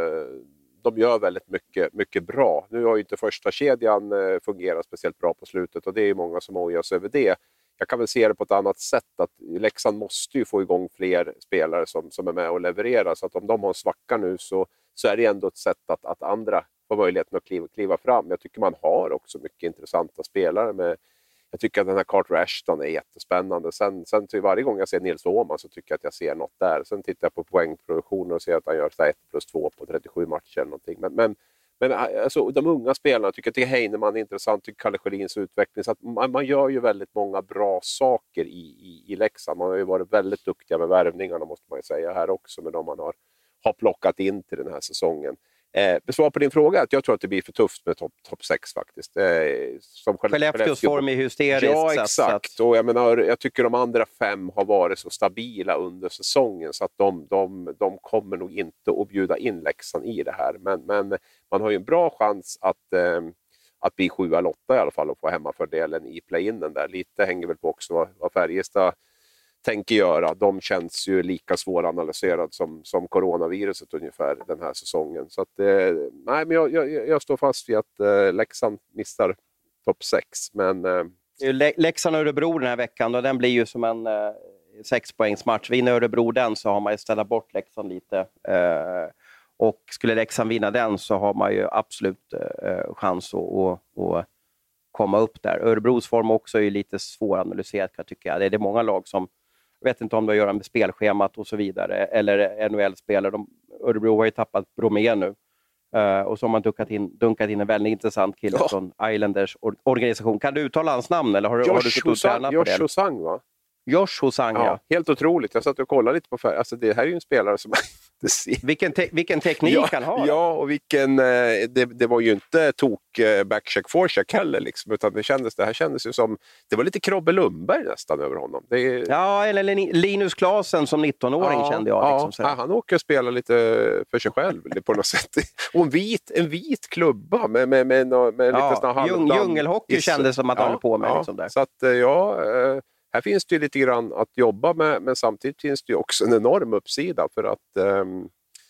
de gör väldigt mycket, mycket bra. Nu har ju inte första kedjan fungerat speciellt bra på slutet och det är många som ojas över det. Jag kan väl se det på ett annat sätt, att Leksand måste ju få igång fler spelare som, som är med och levererar. Så att om de har en svacka nu så, så är det ändå ett sätt att, att andra får möjligheten att kliva, kliva fram. Jag tycker man har också mycket intressanta spelare med. Jag tycker att den här Carter Ashton är jättespännande. Sen, sen till varje gång jag ser Nils Åhman så tycker jag att jag ser något där. Sen tittar jag på poängproduktionen och ser att han gör ett plus två på trettiosju matcher eller någonting. Men, men, men alltså, de unga spelarna tycker att Heinemann är intressant, tycker Kalle Sjölins utveckling. Så att man, man gör ju väldigt många bra saker i, i, i Leksand. Man har ju varit väldigt duktiga med värvningarna, måste man ju säga här också, med de man har, har plockat in till den här säsongen. Eh, besvar på din fråga, att jag tror att det blir för tufft med topp top sex faktiskt. Eh, som Skellefteås form är hysterisk. Ja, exakt. Att... Och jag, menar, jag tycker de andra fem har varit så stabila under säsongen så att de, de, de kommer nog inte att bjuda in Leksand i det här. Men, men man har ju en bra chans att, eh, att bli sju eller åtta i alla fall och få hemmafördelen i play-inen där. Lite hänger väl på också vad, vad Färjestad tänker göra. De känns ju lika svåranalyserad som, som coronaviruset ungefär den här säsongen. Så att, eh, nej, men jag, jag, jag står fast vid att eh, Leksand missar topp sex. Men, eh... Leksand och Örebro den här veckan, och den blir ju som en eh, sexpoängsmatch. Vinner Örebro den så har man ju ställt bort Leksand lite. Eh, och skulle Leksand vinna den så har man ju absolut eh, chans att, att, att komma upp där. Örebros form också är ju lite svåranalyserat, kan jag tycka. Det är det många lag som, jag vet inte om det har att göra med spelschemat och så vidare, eller N H L-spelare. De, Örebro har ju tappat Bromé nu. Uh, och så har man dunkat in, dunkat in en väldigt intressant kille ja. från Islanders or- organisation. Kan du uttala hans namn, eller har, Josh har du suttit och tränat på det? Josh Hosang, va? Josh Hosang, ja. ja. Helt otroligt. Jag satt och kollade lite på färg. Alltså det här är ju en spelare som inte ser. Vilken, te- vilken teknik ja, han har. Ja, och vilken... Det, det var ju inte tok backcheck forecheck heller liksom, utan det kändes, det här kändes ju som... Det var lite Krobbe Lundberg nästan över honom. Det är... Ja, eller Linus Klasen som nittonåring ja, kände jag. Liksom, ja, han åker och spelar lite för sig själv på något sätt. Och en vit, en vit klubba med, med, med, med, med ja, lite sån här djung, djungelhockey kändes som att han ja, höll på med. Ja, liksom där. Så att ja... Här finns det ju lite grann att jobba med, men samtidigt finns det ju också en enorm uppsida för att um,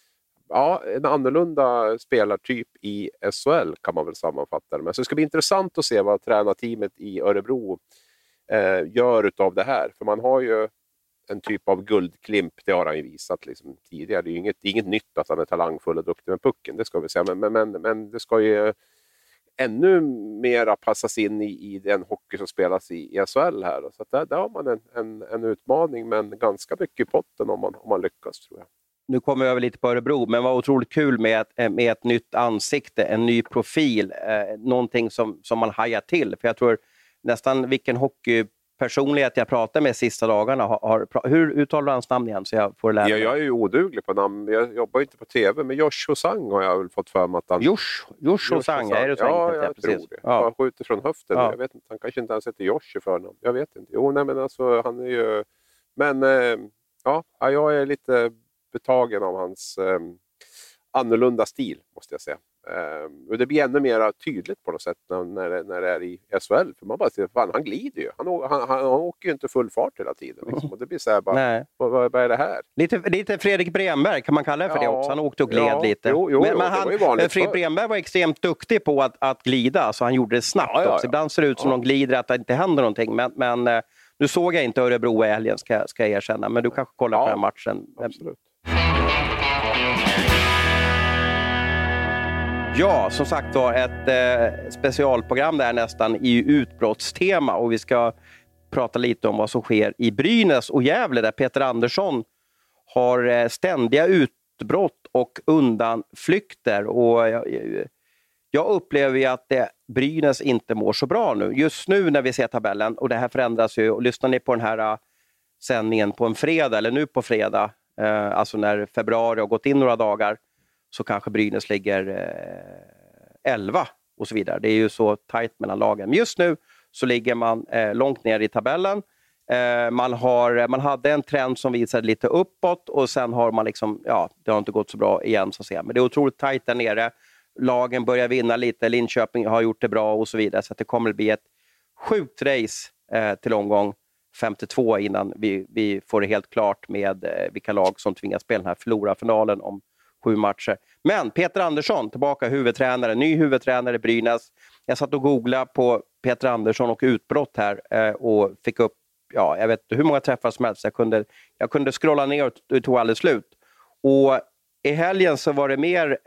ja, en annorlunda spelartyp i S H L kan man väl sammanfatta det med. Så det ska bli intressant att se vad tränarteamet i Örebro eh, gör utav det här. För man har ju en typ av guldklimp, det har han ju visat liksom tidigare. Det är ju inget, inget nytt att han är talangfull och duktig med pucken, det ska vi säga. Men, men, men, men det ska ju ännu mera passas in i, i den hockey som spelas i, i S H L här. Så att där, där har man en, en, en utmaning, men ganska mycket i potten om man, om man lyckas, tror jag. Nu kommer jag över lite på Örebro, men vad otroligt kul med ett, med ett nytt ansikte, en ny profil, eh, någonting som, som man hajar till. För jag tror nästan vilken hockeypersonlighet jag pratar med sista dagarna har, har hur uttalar du hans namn igen så jag får lära mig? Ja, jag är ju oduglig på namn. Jag jobbar inte på tv, men Josh Hosang har jag väl fått för mig att han... Josh, Josh Hosang, är det så ja, enkelt? Jag ja, precis. tror det. Ja. Han skjuter från höften. Ja. Jag vet inte, han kanske inte ens heter Josh i förnamn. Jag vet inte. Jo, nej, men alltså han är ju... Men eh, ja, jag är lite betagen av hans eh, annorlunda stil, måste jag säga. Eh, och det blir ännu mer tydligt på något sätt när, när, det, när det är i S H L. För man bara ser, fan, han glider ju. Han, han, han, han åker ju inte full fart hela tiden. Liksom. Och det blir så här bara, vad, vad, vad är det här? Lite, lite Fredrik Bremberg kan man kalla det för ja, det också. Han åkte och gled ja, lite. Jo, jo, men, men han, Fredrik för. Bremberg var extremt duktig på att, att glida, så han gjorde det snabbt ja, ja, också. Ibland ser det ut som ja. de glider, att det inte händer någonting. Men, men nu såg jag inte Örebro i helgen, ska, ska jag erkänna. Men du kanske kollar ja, på den matchen. Absolut. Ja, som sagt var ett eh, specialprogram där nästan i utbrottstema, och vi ska prata lite om vad som sker i Brynäs och Gävle där Peter Andersson har eh, ständiga utbrott och undanflykter, och jag, jag upplever ju att det, Brynäs inte mår så bra nu. Just nu när vi ser tabellen, och det här förändras ju, och lyssnar ni på den här uh, sändningen på en fredag eller nu på fredag, uh, alltså när februari har gått in några dagar, så kanske Brynäs ligger eh, elva och så vidare. Det är ju så tajt mellan lagen. Men just nu så ligger man eh, långt ner i tabellen. Eh, man, har, man hade en trend som visade lite uppåt och sen har man liksom, ja, det har inte gått så bra igen så att säga. Men det är otroligt tajt där nere. Lagen börjar vinna lite, Linköping har gjort det bra och så vidare. Så att det kommer att bli ett sjukt race eh, till omgång femtiotvå innan vi, vi får det helt klart med eh, vilka lag som tvingas spela den här förlorarfinalen om sju matcher. Men Peter Andersson, tillbaka huvudtränare, ny huvudtränare i Brynäs. Jag satt och googlade på Peter Andersson och utbrott här eh, och fick upp, ja, jag vet inte hur många träffar som helst. Jag kunde, jag kunde scrolla ner och det tog aldrig slut. Och i helgen så var det mer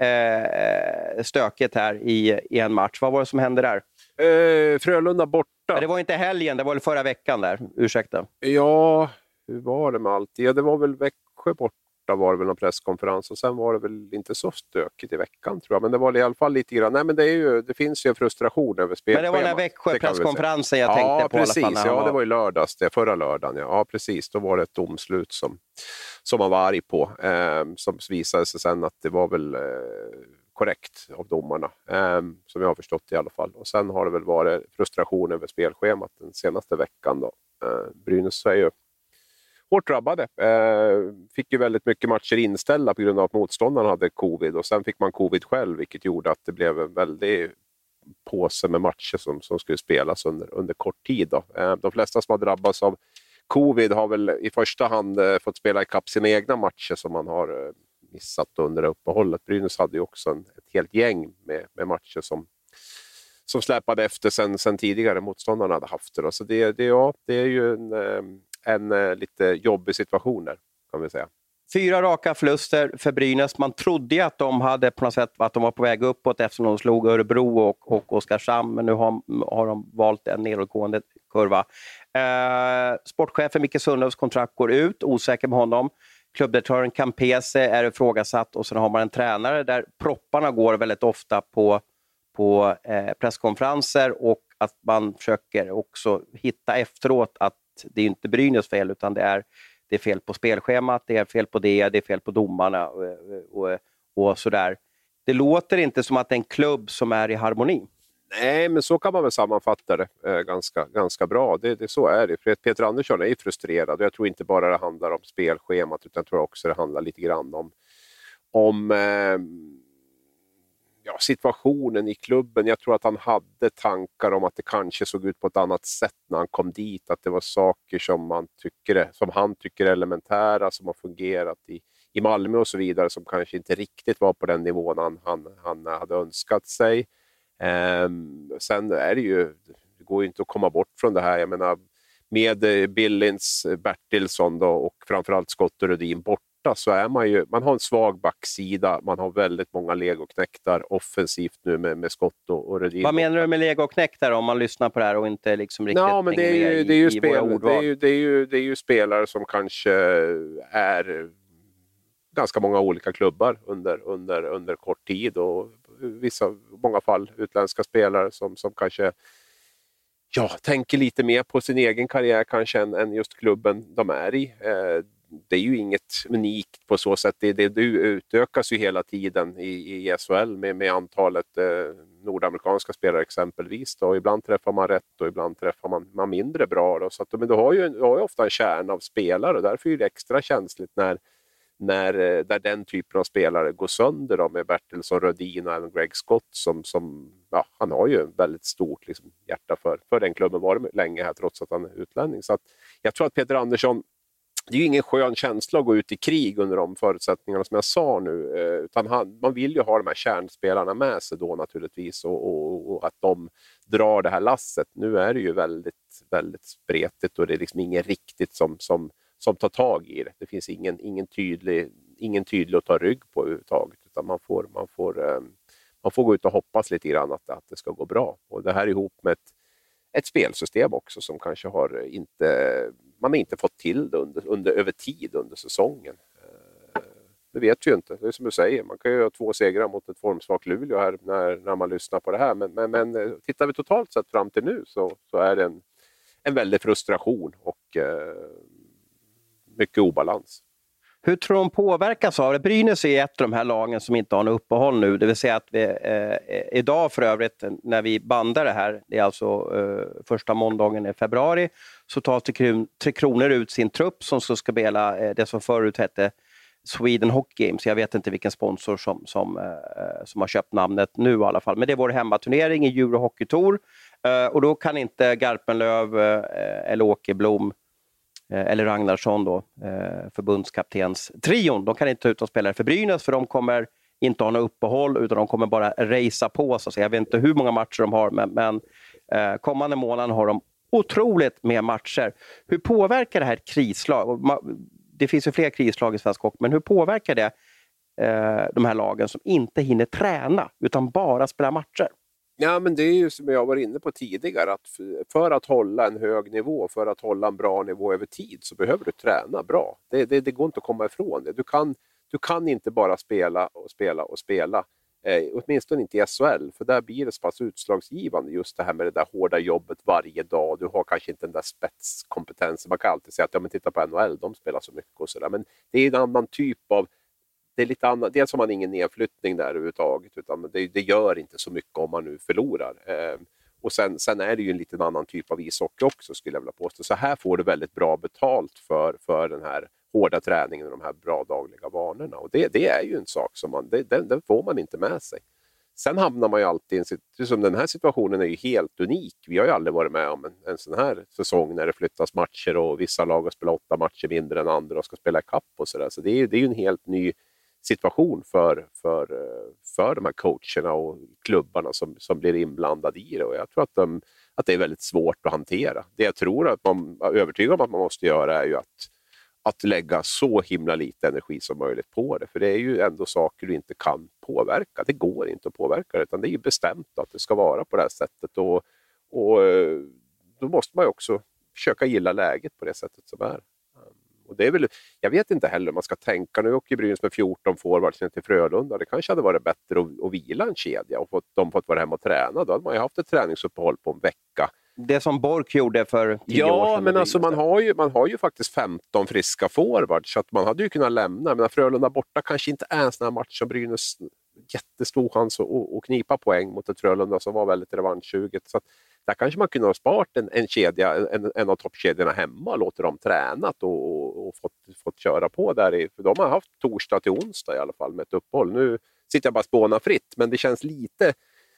eh, stökigt här i, i en match. Vad var det som hände där? Eh, Frölunda borta. Men det var inte helgen, det var väl förra veckan där. Ursäkta. Ja, hur var det med allt? Ja, det var väl Växjö borta var det väl en presskonferens och sen var det väl inte så stökigt i veckan tror jag. Men det var i alla fall lite grann. Nej, men det, är ju, det finns ju en frustration över spelschemat. Men det var den Växjö presskonferensen jag ja, tänkte på precis. i alla fall. Ja, var... det var ju lördags, det förra lördagen. Ja. ja, precis. Då var det ett domslut som, som man var arg på. Eh, som visade sig sen att det var väl... Eh, korrekt av domarna, eh, som jag har förstått i alla fall. Och sen har det väl varit frustration över spelschemat den senaste veckan då. Eh, Brynäs är ju hårt drabbade. Eh, fick ju väldigt mycket matcher inställda på grund av att motståndarna hade covid och sen fick man covid själv, vilket gjorde att det blev en väldigt påse med matcher som, som skulle spelas under, under kort tid då. Eh, de flesta som har drabbats av covid har väl i första hand eh, fått spela i kapp sina egna matcher som man har eh, missat under uppehållet. Brynäs hade ju också en, ett helt gäng med, med matcher som, som släpade efter sen, sen tidigare motståndarna hade haft det. Så det, det, ja, det är ju en, en, en lite jobbig situation där, kan vi säga. Fyra raka förluster för Brynäs. Man trodde att de hade på något sätt att de var på väg uppåt eftersom de slog Örebro och, och Oskarshamn, men nu har, har de valt en nedåtgående kurva. Eh, sportchefen Micke Sundlöfs kontrakt går ut, osäker med honom. Klubbdirektören Campese är ifrågasatt och sen har man en tränare där propparna går väldigt ofta på, på eh, presskonferenser och att man försöker också hitta efteråt att det är inte Brynäs fel utan det är, det är fel på spelschemat, det är fel på det, det är fel på domarna och, och, och sådär. Det låter inte som att det är en klubb som är i harmoni. Nej, men så kan man väl sammanfatta det eh, ganska, ganska bra. Det, det, så är det. För Peter Andersson är frustrerad och jag tror inte bara det handlar om spelschemat utan jag tror också det handlar lite grann om, om eh, ja, situationen i klubben. Jag tror att han hade tankar om att det kanske såg ut på ett annat sätt när han kom dit. Att det var saker som, man tycker, som han tycker är elementära, som har fungerat i, i Malmö och så vidare, som kanske inte riktigt var på den nivån han, han, han hade önskat sig. Um, sen är det ju, det går ju inte att komma bort från det här. Jag menar, med Billins, Bertilsson då, och framförallt Scott och Rödin borta så är man ju, man har en svag backsida, man har väldigt många legoknäktar offensivt nu med, med Scott och, och Rödin. Vad menar du med legoknäktar om man lyssnar på det här och inte liksom riktigt no, men det är ju, med det är ju i, spel, i våra ordval? Det är ju, det är ju, det är ju spelare som kanske är ganska många olika klubbar under, under, under kort tid och vissa, många fall utländska spelare som, som kanske ja, tänker lite mer på sin egen karriär kanske än, än just klubben de är i. Eh, det är ju inget unikt på så sätt. Det, det, det utökas ju hela tiden i, i S H L med, med antalet eh, nordamerikanska spelare exempelvis. Då. Ibland träffar man rätt och ibland träffar man, man mindre bra. Då. Så att, men du har ju, du har ju ofta en kärna av spelare och därför är det extra känsligt när När, där den typen av spelare går sönder då, med Bertilsson, Rödin och även Greg Scott som, som ja, han har ju väldigt stort liksom, hjärta för, för den klubben varit länge här trots att han är utlänning. Så att, jag tror att Peter Andersson, det är ju ingen skön känsla att gå ut i krig under de förutsättningarna som jag sa nu, eh, utan han, man vill ju ha de här kärnspelarna med sig då naturligtvis och, och, och att de drar det här lasset. Nu är det ju väldigt, väldigt spretigt och det är liksom ingen riktigt som, som som tar tag i det. Det finns ingen, ingen, tydlig, ingen tydlig att ta rygg på överhuvudtaget. Utan man får, man får, um, man får gå ut och hoppas lite grann att, att det ska gå bra. Och det här ihop med ett, ett spelsystem också som kanske har inte, man har inte fått till det under, under, över tid under säsongen. Uh, det vet vi ju inte. Det är som du säger, man kan ju ha två segrar mot ett formsvagt Luleå här när, när man lyssnar på det här. Men, men, men tittar vi totalt sett fram till nu så, så är det en, en väldig frustration och uh, mycket obalans. Hur tror de påverkas av det? Brynäs är ett av de här lagen som inte har något uppehåll nu. Det vill säga att vi, eh, idag för övrigt när vi bandar det här, det är alltså eh, första måndagen i februari, så tar Tre Kronor ut sin trupp som ska spela eh, det som förut hette Sweden Hockey Games. Jag vet inte vilken sponsor som, som, eh, som har köpt namnet nu i alla fall. Men det är vår hemmaturnering i Euro Hockey Tour. Eh, och då kan inte Garpenlöv eh, eller Åkerblom eller Ragnarsson då, förbundskaptens trion. De kan inte ta ut och spela för Brynäs för de kommer inte ha något uppehåll utan de kommer bara racea på. Så jag vet inte hur många matcher de har men, men kommande månaden har de otroligt med matcher. Hur påverkar det här ett krislag? Det finns ju fler krislag i svensk hockey, men hur påverkar det de här lagen som inte hinner träna utan bara spela matcher? Ja, men det är ju som jag var inne på tidigare, att för att hålla en hög nivå, för att hålla en bra nivå över tid så behöver du träna bra. Det, det, det går inte att komma ifrån det. Du kan, du kan inte bara spela och spela och spela, eh, åtminstone inte i S H L, för där blir det så pass utslagsgivande just det här med det där hårda jobbet varje dag. Du har kanske inte den där spetskompetensen. Man kan alltid säga att ja, men titta på N H L, de spelar så mycket och sådär, men det är en annan typ av Det är lite annat. Dels har man ingen nedflyttning där överhuvudtaget, utan det, det gör inte så mycket om man nu förlorar. Eh, och sen, sen är det ju en lite annan typ av ishockey också, skulle jag vilja påstå. Så här får du väldigt bra betalt för, för den här hårda träningen och de här bra dagliga vanorna. Och det, det är ju en sak som man, det, den, den får man inte med sig. Sen hamnar man ju alltid i en situation, den här situationen är ju helt unik. Vi har ju aldrig varit med om en, en sån här säsong när det flyttas matcher och vissa lag har spelat åtta matcher mindre än andra och ska spela i kapp och sådär. Så det är ju det är ju en helt ny situation för, för, för de här coacherna och klubbarna som, som blir inblandade i det. Och jag tror att, de, att det är väldigt svårt att hantera. Det jag tror att man är övertygad om att man måste göra är ju att, att lägga så himla lite energi som möjligt på det. För det är ju ändå saker du inte kan påverka. Det går inte att påverka det, utan det är ju bestämt att det ska vara på det här sättet. Och, och då måste man ju också försöka gilla läget på det sättet som är. Och det är väl, jag vet inte heller om man ska tänka, nu åker Brynäs med fjorton forwards till Frölunda. Det kanske hade varit bättre att, att vila en kedja och fått, de fått vara hemma och träna. Då hade man ju haft ett träningsuppehåll på en vecka. Det som Bork gjorde för tio ja, år sedan. Men alltså man har, ju, man har ju faktiskt femton friska forwards, så att man hade ju kunnat lämna. Men Frölunda borta kanske inte är en sån här match som Brynäs jättestor chans att, att knipa poäng mot ett Frölunda som var väldigt revanschsuget. Så att där kanske man kunde ha sparat en, en, kedja, en, en av toppkedjorna hemma och låter dem tränat och, och, och fått, fått köra på där. I, för de har haft torsdag till onsdag i alla fall med ett uppehåll. Nu sitter jag bara spåna fritt, men det känns lite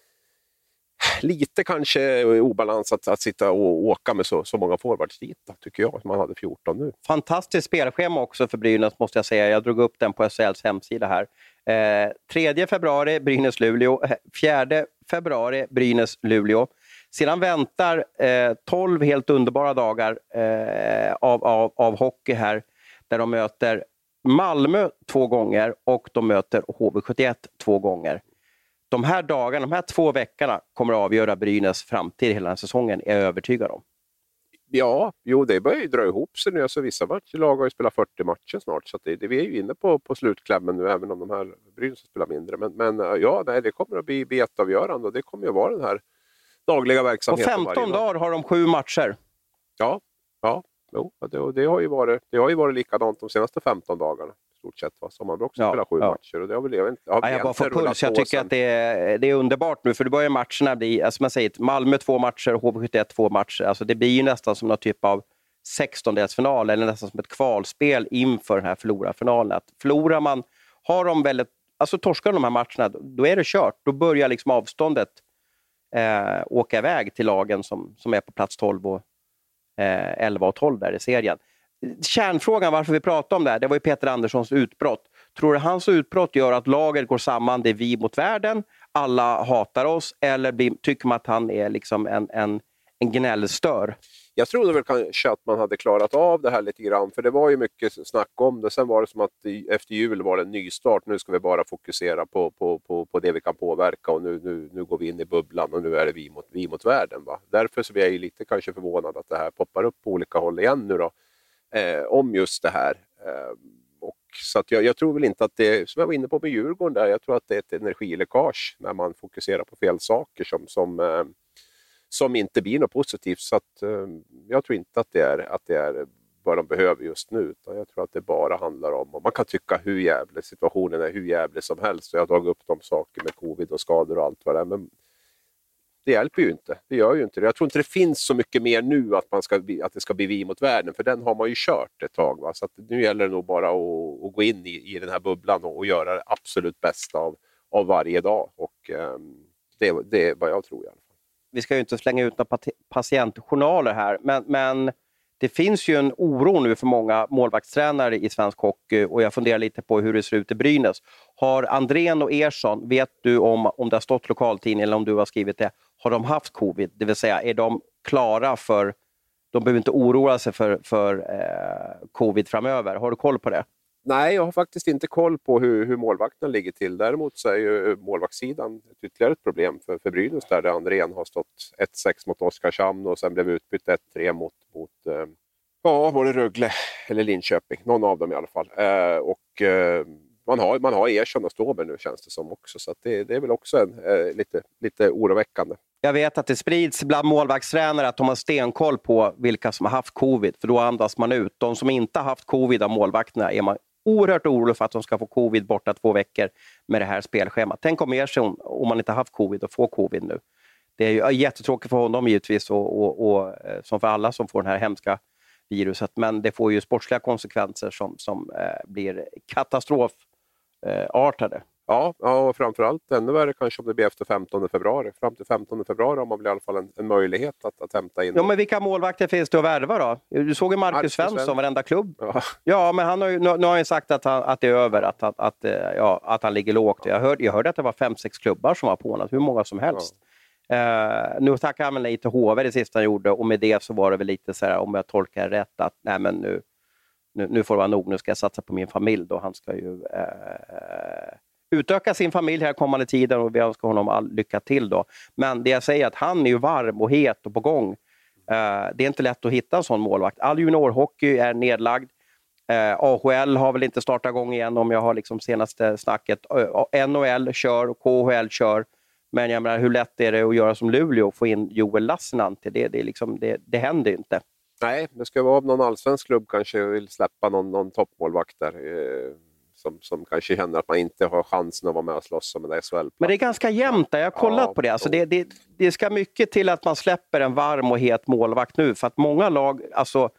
lite kanske obalans att, att sitta och åka med så, så många forwards dit, tycker jag. Man hade fjorton nu. Fantastiskt spelschema också för Brynäs, måste jag säga. Jag drog upp den på S H L:s hemsida här. Eh, tredje februari Brynäs-Luleå. fjärde februari Brynäs-Luleå. Sedan väntar eh, tolv helt underbara dagar eh, av, av, av hockey här. Där de möter Malmö två gånger och de möter H V sjuttioett två gånger. De här dagarna, de här två veckorna kommer att avgöra Brynäs framtid hela den här säsongen, är jag övertygad om. Ja, jo, det börjar ju dra ihop sig nu. Alltså, vissa matcher, lag har ju spelat fyrtio matcher snart, så att det, det, vi är ju inne på, på slutklämmen nu, även om de här Brynäs spelar mindre. Men, men ja, nej, det kommer att bli, bli jätteavgörande och det kommer ju vara den här dagliga verksamheten. På femton dagar har de sju matcher. Ja, ja jo, det, det, har ju varit, det har ju varit likadant de senaste femton dagarna. Stort sett, va? Som man också ja, spelar sju ja. matcher. Och det har väl, jag vet inte, har ja, jag bara får puls. Jag tycker sen. att det är, det är underbart nu. För det börjar matcherna bli, alltså man säger, Malmö två matcher, H V sjuttioett två matcher. Alltså det blir ju nästan som någon typ av sextondelsfinal eller nästan som ett kvalspel inför den här förlorarfinalen. Att förlorar man, har de väldigt, alltså torskar de här matcherna, då är det kört. Då börjar liksom avståndet eh, åka iväg till lagen som, som är på plats tolv och eh, elva och tolv där i serien. Kärnfrågan varför vi pratar om det här, det var ju Peter Anderssons utbrott. Tror du hans utbrott gör att laget går samman, det är vi mot världen, alla hatar oss, eller blir, tycker man att han är liksom en, en, en gnällstör? Jag trodde väl kanske att man hade klarat av det här lite grann, för det var ju mycket snack om det. Sen var det som att efter jul var det en ny start. Nu ska vi bara fokusera på, på, på, på det vi kan påverka och nu, nu, nu går vi in i bubblan och nu är det vi mot, vi mot världen. Va? Därför så blir jag ju lite kanske förvånad att det här poppar upp på olika håll igen nu då. Eh, om just det här. Eh, och så att jag, jag tror väl inte att det, som jag var inne på med Djurgården där, jag tror att det är ett energiläckage när man fokuserar på fel saker som, som, eh, som inte blir något positivt. Så att, eh, jag tror inte att det är, att det är vad de behöver just nu. Utan jag tror att det bara handlar om, och man kan tycka hur jävlig situationen är, hur jävlig som helst. Jag har tagit upp de saker med covid och skador och allt vad det är. Men det hjälper ju inte. Det gör ju inte det. Jag tror inte det finns så mycket mer nu att, man ska, att det ska bli vi mot världen. För den har man ju kört ett tag. Va? Så att nu gäller det nog bara att, att gå in i, i den här bubblan och, och göra det absolut bästa av, av varje dag. Och um, det, det är vad jag tror i alla fall. Vi ska ju inte slänga ut några patientjournaler här. Men, men det finns ju en oro nu för många målvaktstränare i svensk hockey. Och jag funderar lite på hur det ser ut i Brynäs. Har Andrén och Ersson, vet du om, om det har stått lokaltidning eller om du har skrivit det, har de haft covid? Det vill säga, är de klara för, de behöver inte oroa sig för, för eh, covid framöver. Har du koll på det? Nej, jag har faktiskt inte koll på hur, hur målvakten ligger till. Däremot så är ju målvaktssidan ett ytterligare ett problem för, för Brynäs där Andrén har stått ett sex mot Oskarshamn och sen blev utbytt ett tre mot, mot eh, ja, var det Rögle eller Linköping. Någon av dem i alla fall. Eh, och eh, man har, man har Ersson och Ståber nu känns det som också. Så att det, det är väl också en, eh, lite, lite oroväckande. Jag vet att det sprids bland målvaktstränare att de har stenkoll på vilka som har haft covid. För då andas man ut. De som inte har haft covid av målvakterna är man oerhört orolig för att de ska få covid borta två veckor med det här spelschemat. Tänk om Ersson, om man inte har haft covid och får covid nu. Det är ju jättetråkigt för honom givetvis och, och, och som för alla som får den här hemska viruset. Men det får ju sportsliga konsekvenser som, som eh, blir katastrofartade. Ja, ja, och framförallt ännu värre kanske om det blir efter femtonde februari. Fram till femtonde februari har man väl i alla fall en, en möjlighet att, att hämta in. Ja, men vilka målvakter finns det att värva då? Du såg ju Marcus, Marcus Svensson, varenda klubb. Ja, ja men han har ju, nu, nu har han sagt att, han, att det är över, att, att, att, ja, att han ligger lågt. Jag hörde, jag hörde att det var fem sex klubbar som var på, hur många som helst. Ja. Uh, nu tackade han väl nej till H V det sista han gjorde och med det så var det väl lite så här, om jag tolkar rätt, att nej men nu, nu, nu får det vara nog, nu ska jag satsa på min familj då. Han ska ju uh, utöka sin familj här kommande tiden och vi önskar honom all lycka till då. Men det jag säger är att han är ju varm och het och på gång. Uh, det är inte lätt att hitta en sån målvakt. All juniorhockey är nedlagd. Uh, A H L har väl inte startat igång igen om jag har liksom senaste snacket. Uh, N H L kör och K H L kör. Men jag menar, hur lätt är det att göra som Luleå och få in Joel Lassinantti? Det, det, liksom, det, det händer ju inte. Nej, det ska vara någon allsvensk klubb kanske vill släppa någon, någon toppmålvakt där. Eh, som, som kanske känner att man inte har chansen att vara med och slåss om en S H L-plats. Men det är ganska jämnt där. Jag har kollat ja, på det. Alltså det, det. Det ska mycket till att man släpper en varm och het målvakt nu. För att många lag, alltså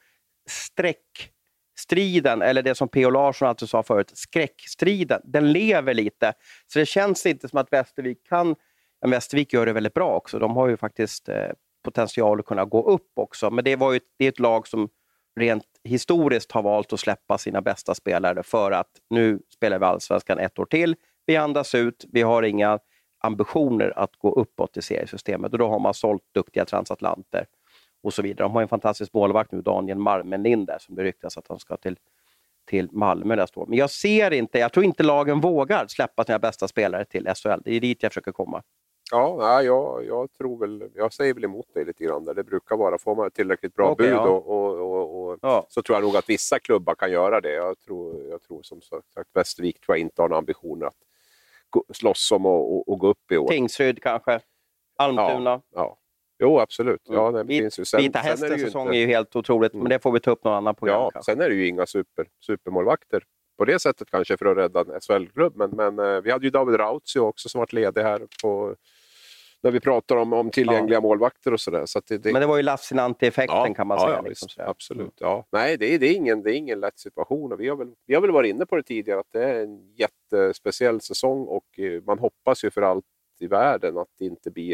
streckstriden, eller det som P O Larsson alltid sa förut, skräckstriden, den lever lite. Så det känns inte som att Västervik kan... Men Västervik gör det väldigt bra också. De har ju faktiskt eh, potential att kunna gå upp också. Men det, var ju, det är ett lag som rent historiskt har valt att släppa sina bästa spelare för att nu spelar vi allsvenskan ett år till. Vi andas ut. Vi har inga ambitioner att gå uppåt i seriesystemet. Och då har man sålt duktiga transatlanter och så vidare. De har en fantastisk målvakt nu, Daniel Marmenlind där, som det ryktas att han ska till, till Malmö nästa år. Men jag ser inte, jag tror inte lagen vågar släppa sina bästa spelare till S H L. Det är dit jag försöker komma. Ja, nej, jag, jag tror väl, jag säger väl emot dig lite grann där. Det brukar vara, får man ett tillräckligt bra okay, bud ja. och, och, och, och ja. så tror jag nog att vissa klubbar kan göra det. Jag tror, jag tror som sagt Västervik tror jag inte har några ambitioner att gå, slåss om och, och, och gå upp i år. Tingsryd kanske, Almtuna. Ja, ja. Jo, absolut. Ja, mm. det finns ju. Sen, Vita hästens säsong inte... är ju helt otroligt, mm. men det får vi ta upp någon annan program. Ja, kanske. Sen är det ju inga super, supermålvakter på det sättet kanske för att rädda en S H L-klubb. Men, men eh, vi hade ju David Rautio också som varit ledig här på... När vi pratar om, om tillgängliga ja. målvakter och sådär. Så det, det... Men det var ju Lassinantti-effekten ja, kan man ja, säga. Ja, liksom, visst, absolut. Mm. Ja. Nej, det är, det, är ingen, det är ingen lätt situation. Och vi, har väl, vi har väl varit inne på det tidigare att det är en jättespeciell säsong. Och eh, man hoppas ju för allt i världen att det inte blir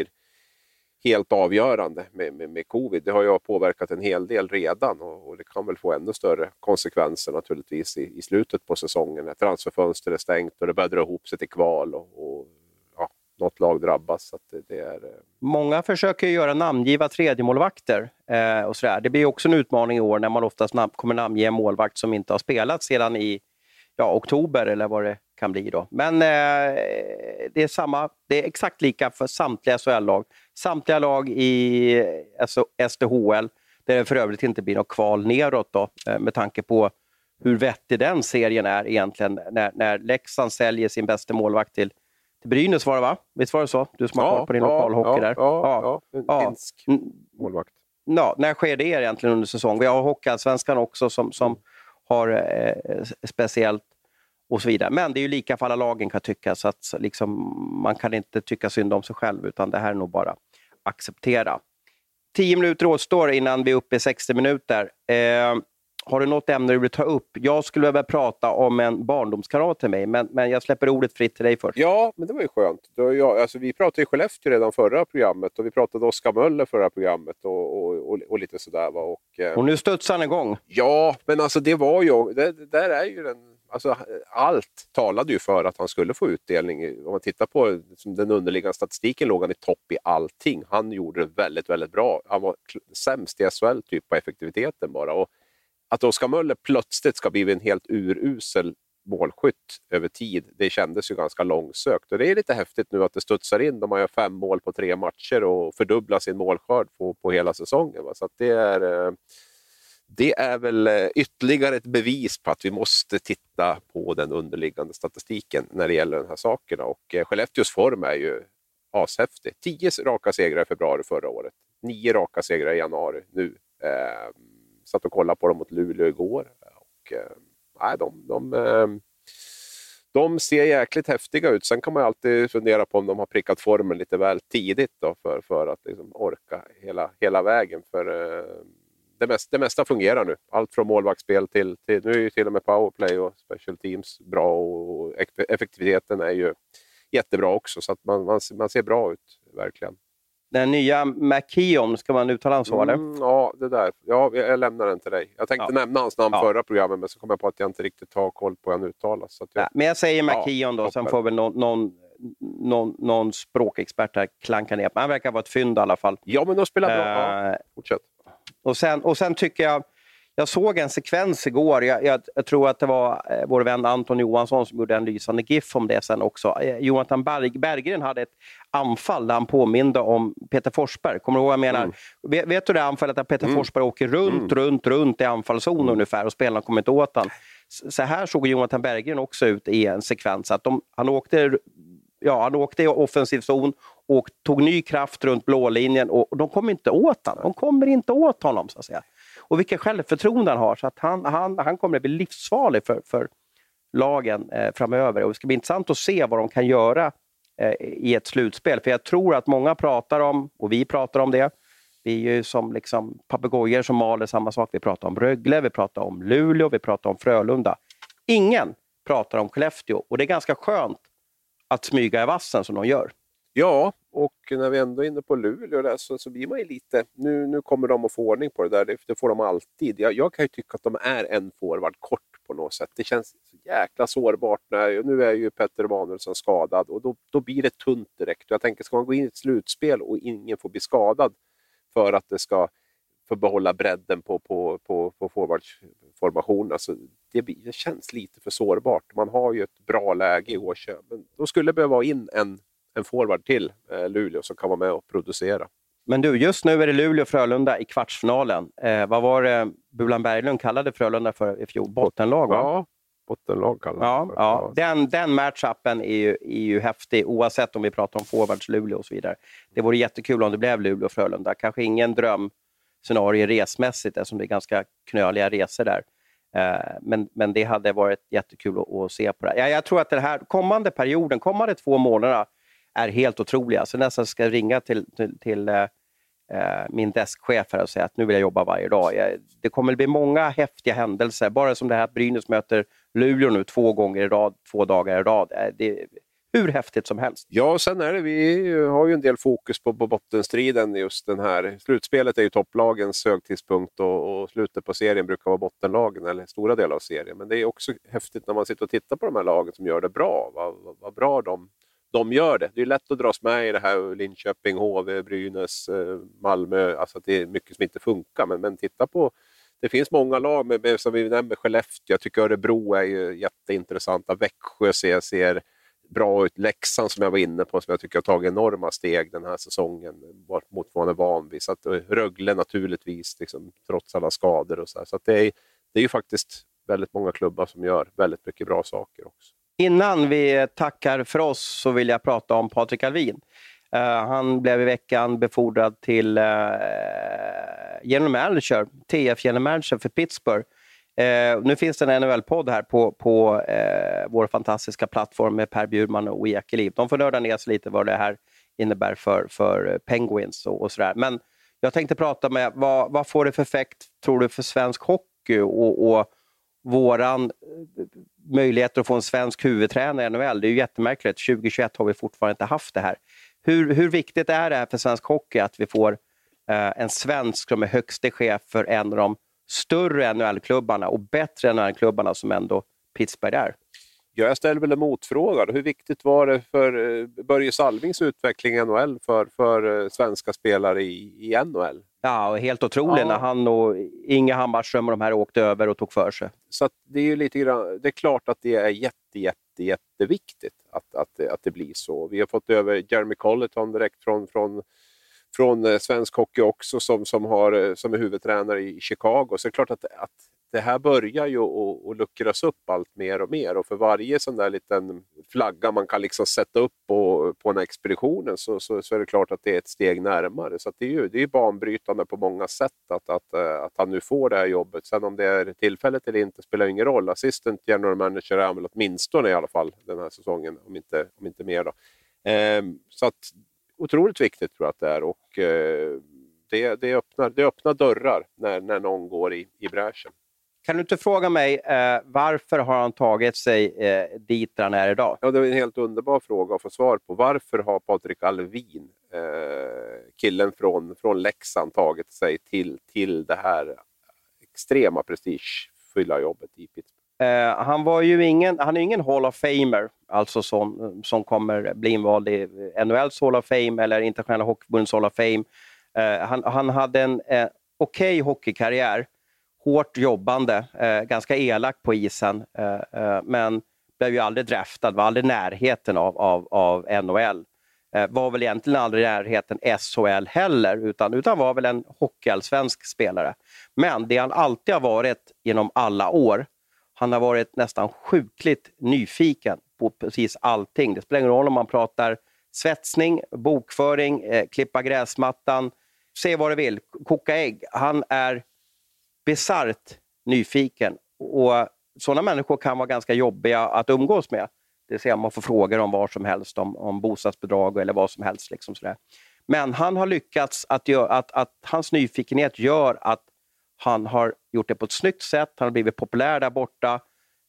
helt avgörande med, med, med covid. Det har ju påverkat en hel del redan. Och, och det kan väl få ännu större konsekvenser naturligtvis i, i slutet på säsongen. När transferfönster är stängt och det börjar dra ihop sig till kval och, och något lag drabbas. Så att det, det är... Många försöker göra namngiva tredjemålvakter eh, och sådär. Det blir också en utmaning i år när man oftast nam- kommer namnge en målvakt som inte har spelat sedan i ja, oktober eller vad det kan bli då. Men eh, det är samma, det är exakt lika för samtliga S H L-lag. Samtliga lag i S D H L där det för övrigt inte blir något kval neråt då, eh, med tanke på hur vettig den serien är egentligen när, när Leksand säljer sin bästa målvakt till Till Brynäs var det va? Visst var det så? Du som har ja, koll på din ja, lokalhockey ja, där. Ja, ja, ja. En ja. finsk målvakt. ja, när sker det egentligen under säsong? Vi har Hockeyallsvenskan också som, som har eh, speciellt och så vidare. Men det är ju lika för alla lagen kan tycka, så att liksom, man kan inte tycka synd om sig själv, utan det här är nog bara acceptera. Tio minuter återstår innan vi är uppe i sextio minuter. Eh, har du något ämne du vill ta upp? Jag skulle vilja prata om en barndomskamrat till mig, men, men jag släpper ordet fritt till dig först. Ja, men det var ju skönt. Då jag, alltså, vi pratade i Skellefteå redan förra programmet och vi pratade Oskar Möller förra programmet och, och, och, och lite sådär. Va? Och, eh, och nu studsar han igång. Ja, men alltså det var ju, det, det där är ju den, alltså, allt talade ju för att han skulle få utdelning. Om man tittar på liksom, den underliggande statistiken låg han i topp i allting. Han gjorde det väldigt, väldigt bra. Han var sämst i S H L typ på effektiviteten bara. Och att Oskar Möller plötsligt ska bli en helt urusel målskytt över tid, det kändes ju ganska långsökt. Och det är lite häftigt nu att det studsar in. De har ju fem mål på tre matcher och fördubblar sin målskörd på, på hela säsongen. Va? Så att det är... Det är väl ytterligare ett bevis på att vi måste titta på den underliggande statistiken när det gäller de här sakerna. Och Skellefteås form är ju ashäftig. Tio raka segrar i februari förra året. Nio raka segrar i januari nu. Eh, satt och kollade på dem mot Luleå igår. Och, eh, de, de, eh, de ser jäkligt häftiga ut. Sen kan man ju alltid fundera på om de har prickat formen lite väl tidigt då, för, för att liksom orka hela, hela vägen. För... Eh, Det mesta, det mesta fungerar nu. Allt från målvaktsspel till, till... Nu är ju till och med powerplay och special teams bra. Och effektiviteten är ju jättebra också. Så att man, man, man ser bra ut, verkligen. Den nya McKeon, ska man uttala så, eller? Mm, ja, det där. Ja, jag lämnar den till dig. Jag tänkte ja. nämna hans namn ja. förra programmet, men så kom jag på att jag inte riktigt har koll på hur han uttalas. Så att jag... ja, men jag säger McKeon då, ja, sen får väl någon... någon... Någon, någon språkexpert här klankar ner. Han verkar vara ett fynd i alla fall. Ja, men de spelar bra. Uh, ja, fortsätt. Och sen, och sen tycker jag, jag såg en sekvens igår, jag, jag, jag tror att det var eh, vår vän Anton Johansson som gjorde en lysande gif om det sen också. Eh, Jonathan Berg, Berggren hade ett anfall där han påminde om Peter Forsberg. Kommer du ihåg vad jag menar? Mm. Vet, vet du det anfallet där Peter mm. Forsberg åker runt, mm. runt, runt i anfallszon mm. ungefär och spelarna kommer inte åt han. Så här såg Jonathan Berggren också ut i en sekvens. Att de, han åkte... Ja, han åkte i offensiv zon och tog ny kraft runt blålinjen och de kommer inte åt honom. De kommer inte åt honom, så att säga. Och vilka självförtroende han har, så att han, han, han kommer att bli livsfarlig för, för lagen eh, framöver. Och det ska bli intressant att se vad de kan göra eh, i ett slutspel. För jag tror att många pratar om, och vi pratar om det, vi är ju som liksom papegojor som maler samma sak. Vi pratar om Rögle, vi pratar om Luleå, vi pratar om Frölunda. Ingen pratar om Skellefteå och det är ganska skönt att smyga i vassen som de gör. Ja, och när vi ändå är inne på Luleå där, så, så blir man ju lite... Nu, nu kommer de att få ordning på det där, det, det får de alltid. Jag, jag kan ju tycka att de är en forward kort på något sätt. Det känns så jäkla sårbart. När, nu är ju Petter Emanuelsson skadad och då, då blir det tunt direkt. Jag tänker, ska man gå in i ett slutspel och ingen får bli skadad för att det ska få behålla bredden på, på, på, på forwardsformationen. Alltså, det, det känns lite för sårbart. Man har ju ett bra läge i Årsjö, men då skulle det behöva in en, en forward till eh, Luleå som kan vara med och producera. Men du, just nu är det Luleå och Frölunda i kvartsfinalen. Eh, vad var det Bulan Berglund kallade Frölunda för i fjol? Bottenlag, va? Ja, bottenlag kallade ja, för. Ja. Den, den matchuppen är ju, är ju häftig, oavsett om vi pratar om forwards, Luleå och så vidare. Det vore jättekul om det blev Luleå och Frölunda. Kanske ingen dröm scenario resmässigt, eftersom det är ganska knöliga resor där. Eh, men, men det hade varit jättekul att, att se på det. Jag, jag tror att den här kommande perioden, kommande två månaderna är helt otroliga. Så nästan ska jag ringa till, till, till eh, min deskchef här och säga att nu vill jag jobba varje dag. Jag, det kommer att bli många häftiga händelser. Bara som det här att Brynäs möter Luleå nu två gånger i rad, två dagar i rad. Eh, det hur häftigt som helst. Ja, och sen är det, vi har ju en del fokus på, på bottenstriden just den här. Slutspelet är ju topplagens högtidspunkt och, och slutet på serien brukar vara bottenlagen eller stora delar av serien. Men det är också häftigt när man sitter och tittar på de här lagen som gör det bra. Vad, vad, vad bra de, de gör det. Det är lätt att dras med i det här Linköping, H V, Brynäs, Malmö. Alltså att det är mycket som inte funkar. Men, men titta på, det finns många lag med, med, som vi nämner Skellefteå. Jag tycker Örebro är ju jätteintressanta. Växjö ser, ser bra ut. Leksand som jag var inne på, som jag tycker har tagit enorma steg den här säsongen mot vad man är van vid. Så att Rögle naturligtvis, liksom, trots alla skador och så här. Så att det är, det är ju faktiskt väldigt många klubbar som gör väldigt mycket bra saker också. Innan vi tackar för oss så vill jag prata om Patrik Alvin. Uh, han blev i veckan befordrad till uh, general manager, T F general manager för Pittsburgh. Uh, nu finns det en N H L-podd här på, på uh, vår fantastiska plattform med Per Bjurman och Ekeliv. De får nörda ner sig lite vad det här innebär för, för Penguins och, och sådär. Men jag tänkte prata med, vad, vad får det för effekt, tror du, för svensk hockey och, och våran möjligheter att få en svensk huvudtränare i N H L? Det är ju jättemärkligt. tjugo tjugoett har vi fortfarande inte haft det här. Hur, hur viktigt är det här för svensk hockey att vi får eh, en svensk som är högste chef för en av de större N H L-klubbarna och bättre N H L-klubbarna som ändå Pittsburgh är? Ja, jag ställer väl en motfråga. Hur viktigt var det för Börje Salmings utveckling i N H L för, för svenska spelare i, i N H L? Ja, helt otroligt, ja. När han och Inge Hammarström och de här åkte över och tog för sig. Så att det är ju lite grann, det är klart att det är jätte, jätte, jätteviktigt att, att, att det blir så. Vi har fått över Jeremy Colleton direkt från, från, från svensk hockey också som, som, har, som är huvudtränare i Chicago. Så det är klart att, att det här börjar ju att luckras upp allt mer och mer, och för varje sån där liten flagga man kan liksom sätta upp på, på den här expeditionen så, så, så är det klart att det är ett steg närmare. Så att det är ju det är banbrytande på många sätt att, att, att han nu får det här jobbet. Sen om det är tillfället eller inte spelar ingen roll. Assistant general manager är han väl åtminstone i alla fall den här säsongen, om inte, om inte mer då. Ehm, så att otroligt viktigt tror jag att det är, och eh, det, det, öppnar, det öppnar dörrar när, när någon går i, i bräschen. Kan du inte fråga mig eh, varför har han tagit sig eh, dit där han är idag? Ja, det är en helt underbar fråga att få svar på. Varför har Patrik Alvin, eh, killen från, från Leksand, tagit sig till, till det här extrema prestigefyllda jobbet i Pittsburgh? Eh, han var ju ingen, han är ingen Hall of Famer, alltså som, som kommer bli invald i N H L:s Hall of Fame eller Internationella Hockeyförbundets Hall of Fame. Eh, han, han hade en eh, okej hockeykarriär. Hårt jobbande, eh, ganska elak på isen, eh, eh, men blev ju aldrig draftad, var aldrig i närheten av, av, av N H L. Eh, var väl egentligen aldrig i närheten S H L heller, utan, utan var väl en hockeyallsvensk spelare. Men det han alltid har varit genom alla år, han har varit nästan sjukligt nyfiken på precis allting. Det spelar ingen roll om man pratar svetsning, bokföring, eh, klippa gräsmattan, se vad du vill, koka ägg. Han är bisarrt nyfiken, och sådana människor kan vara ganska jobbiga att umgås med. Det vill säga man får frågor om vad som helst, om, om bostadsbidrag eller vad som helst. Liksom sådär. Men han har lyckats att, gör, att, att hans nyfikenhet gör att han har gjort det på ett snyggt sätt. Han har blivit populär där borta.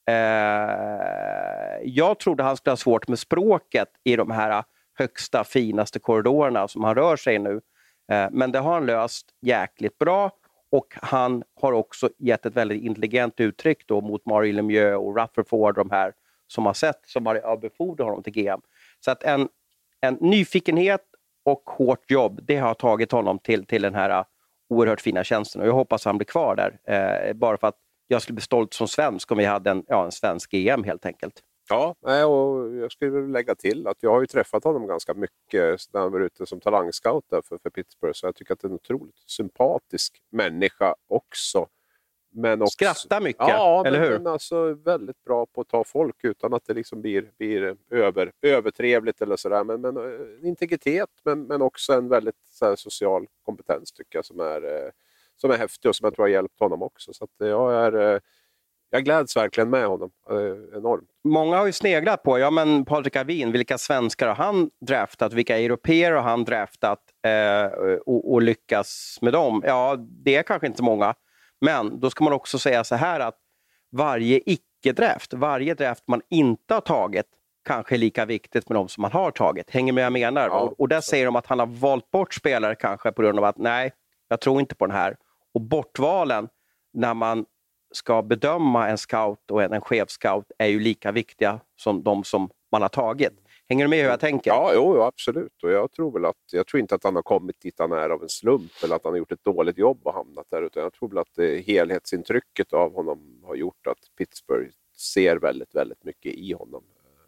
Eh, jag trodde han skulle ha svårt med språket i de här högsta, finaste korridorerna som han rör sig i nu. Eh, men det har han löst jäkligt bra. Och han har också gett ett väldigt intelligent uttryck då mot Mario Lemieux och Rutherford, de här som har sett, som har befordrat honom till G M. Så att en, en nyfikenhet och hårt jobb, det har tagit honom till, till den här oerhört fina tjänsten. Och jag hoppas han blir kvar där. Eh, bara för att jag skulle bli stolt som svensk om vi hade en, ja, en svensk G M helt enkelt. Ja, och jag skulle lägga till att jag har ju träffat honom ganska mycket när han var ute som talangscout där för, för Pittsburgh, så jag tycker att det är en otroligt sympatisk människa också. Men också skrattar mycket, ja, eller men, hur? Men alltså väldigt bra på att ta folk utan att det liksom blir, blir över, övertrevligt eller sådär. Men, men integritet, men, men också en väldigt så här, social kompetens tycker jag som är, som är häftig och som jag tror har hjälpt honom också. Så att jag är... Jag gläds verkligen med honom, eh, enormt. Många har ju sneglat på, ja men Patrik Alvin, vilka svenskar har han draftat, vilka europeer har han draftat eh, och, och lyckas med dem? Ja, det är kanske inte många, men då ska man också säga så här att varje icke-draft, varje draft man inte har tagit kanske är lika viktigt med de som man har tagit. Hänger med jag menar? Ja, och, och där så. Säger de att han har valt bort spelare kanske på grund av att nej, jag tror inte på den här. Och bortvalen när man ska bedöma en scout och en, en chefscout är ju lika viktiga som de som man har tagit. Hänger du med hur jag tänker? Ja, jo, jo, absolut. Och jag tror väl att jag tror inte att han har kommit dit han är av en slump eller att han har gjort ett dåligt jobb och hamnat där, utan jag tror väl att det, helhetsintrycket av honom har gjort att Pittsburgh ser väldigt, väldigt mycket i honom.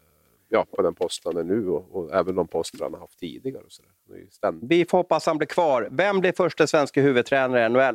Ja, på den posten han är nu och, och även de poster han har haft tidigare. Och så där. Vi får hoppas han blir kvar. Vem blir första svenska huvudtränare i N H L?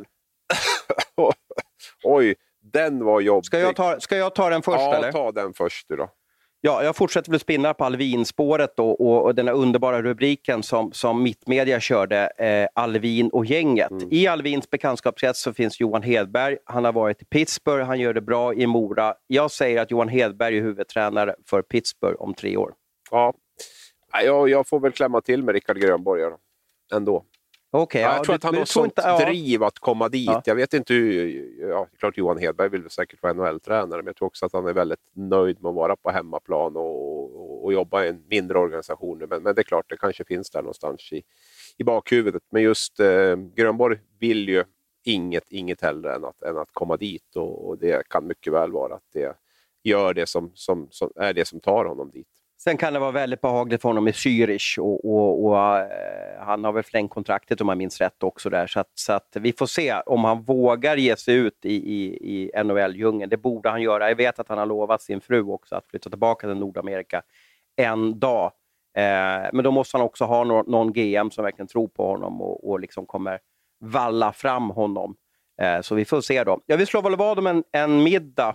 Oj, den var jobbig. Ska jag ta, ska jag ta den först? Ja, eller? ta den först du då. Ja, jag fortsätter väl spinna på Alvin-spåret då, och, och den här underbara rubriken som, som Mittmedia körde, eh, Alvin och gänget. Mm. I Alvins bekantskapskrets så finns Johan Hedberg. Han har varit i Pittsburgh, han gör det bra i Mora. Jag säger att Johan Hedberg är huvudtränare för Pittsburgh om tre år. Ja, jag, jag får väl klämma till med Rickard Grönborg ändå. Okay, ja, jag ja, tror du, att han har sånt inte, ja. driv att komma dit. Ja. Jag vet inte hur... Ja, klart Johan Hedberg vill säkert vara N H L-tränare, men jag tror också att han är väldigt nöjd med att vara på hemmaplan och, och, och jobba i en mindre organisation. Men, men det är klart, det kanske finns där någonstans i, i bakhuvudet. Men just eh, Grönborg vill ju inget, inget hellre än att, än att komma dit, och, och det kan mycket väl vara att det gör det som, som, som är det som tar honom dit. Sen kan det vara väldigt behagligt för honom i Zürich, och, och, och uh, han har väl förlängt kontraktet om jag minns rätt också där. Så att, så att vi får se om han vågar ge sig ut i, i, i N H L-djungeln. Det borde han göra. Jag vet att han har lovat sin fru också att flytta tillbaka till Nordamerika en dag. Uh, men då måste han också ha no- någon G M som verkligen tror på honom och, och liksom kommer valla fram honom. Uh, så vi får se då. Jag vill slå väl vad om en, en middag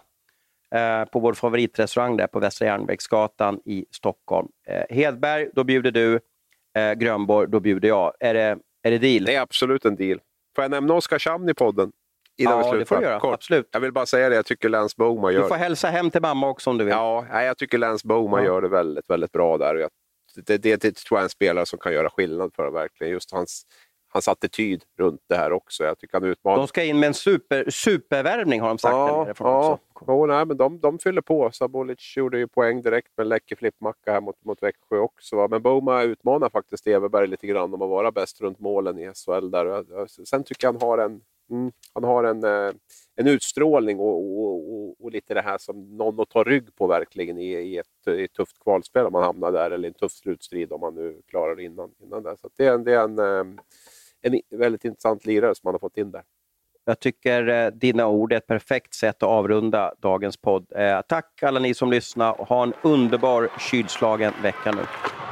på vår favoritrestaurang där på Västra Järnvägsgatan i Stockholm. Eh, Hedberg, då bjuder du. Eh, Grönborg, då bjuder jag. Är det, är det deal? Det är absolut en deal. Får jag nämna Oskarshamn i podden? Innan ja, det får du göra. Kort. Absolut. Jag vill bara säga det, jag tycker Lance Bowman gör... Du får hälsa hem till mamma också om du vill. Ja, jag tycker Lance Bowman ja. gör det väldigt, väldigt bra där. Jag, det, det, det tror jag är en spelare som kan göra skillnad för verkligen. Just hans... Hans attityd runt det här också. Jag tycker han utmanar. De ska in med en super, supervärvning har de sagt. Ja, där ja. Oh, nej, men de, de fyller på. Sabolic gjorde ju poäng direkt med en läcker flippmacka här mot, mot Växjö också. Va? Men Boma utmanar faktiskt Everberg lite grann om att vara bäst runt målen i S H L där. Sen tycker jag han har en, mm, han har en, en utstrålning och, och, och, och lite det här som någon att ta rygg på verkligen i, i, ett, i ett tufft kvalspel om man hamnar där, eller en tuff slutstrid om man nu klarar det innan, innan där. Så det är en, det är en En väldigt intressant lirare som man har fått in där. Jag tycker eh, dina ord är ett perfekt sätt att avrunda dagens podd. Eh, tack alla ni som lyssnar och ha en underbar kylslagen vecka nu.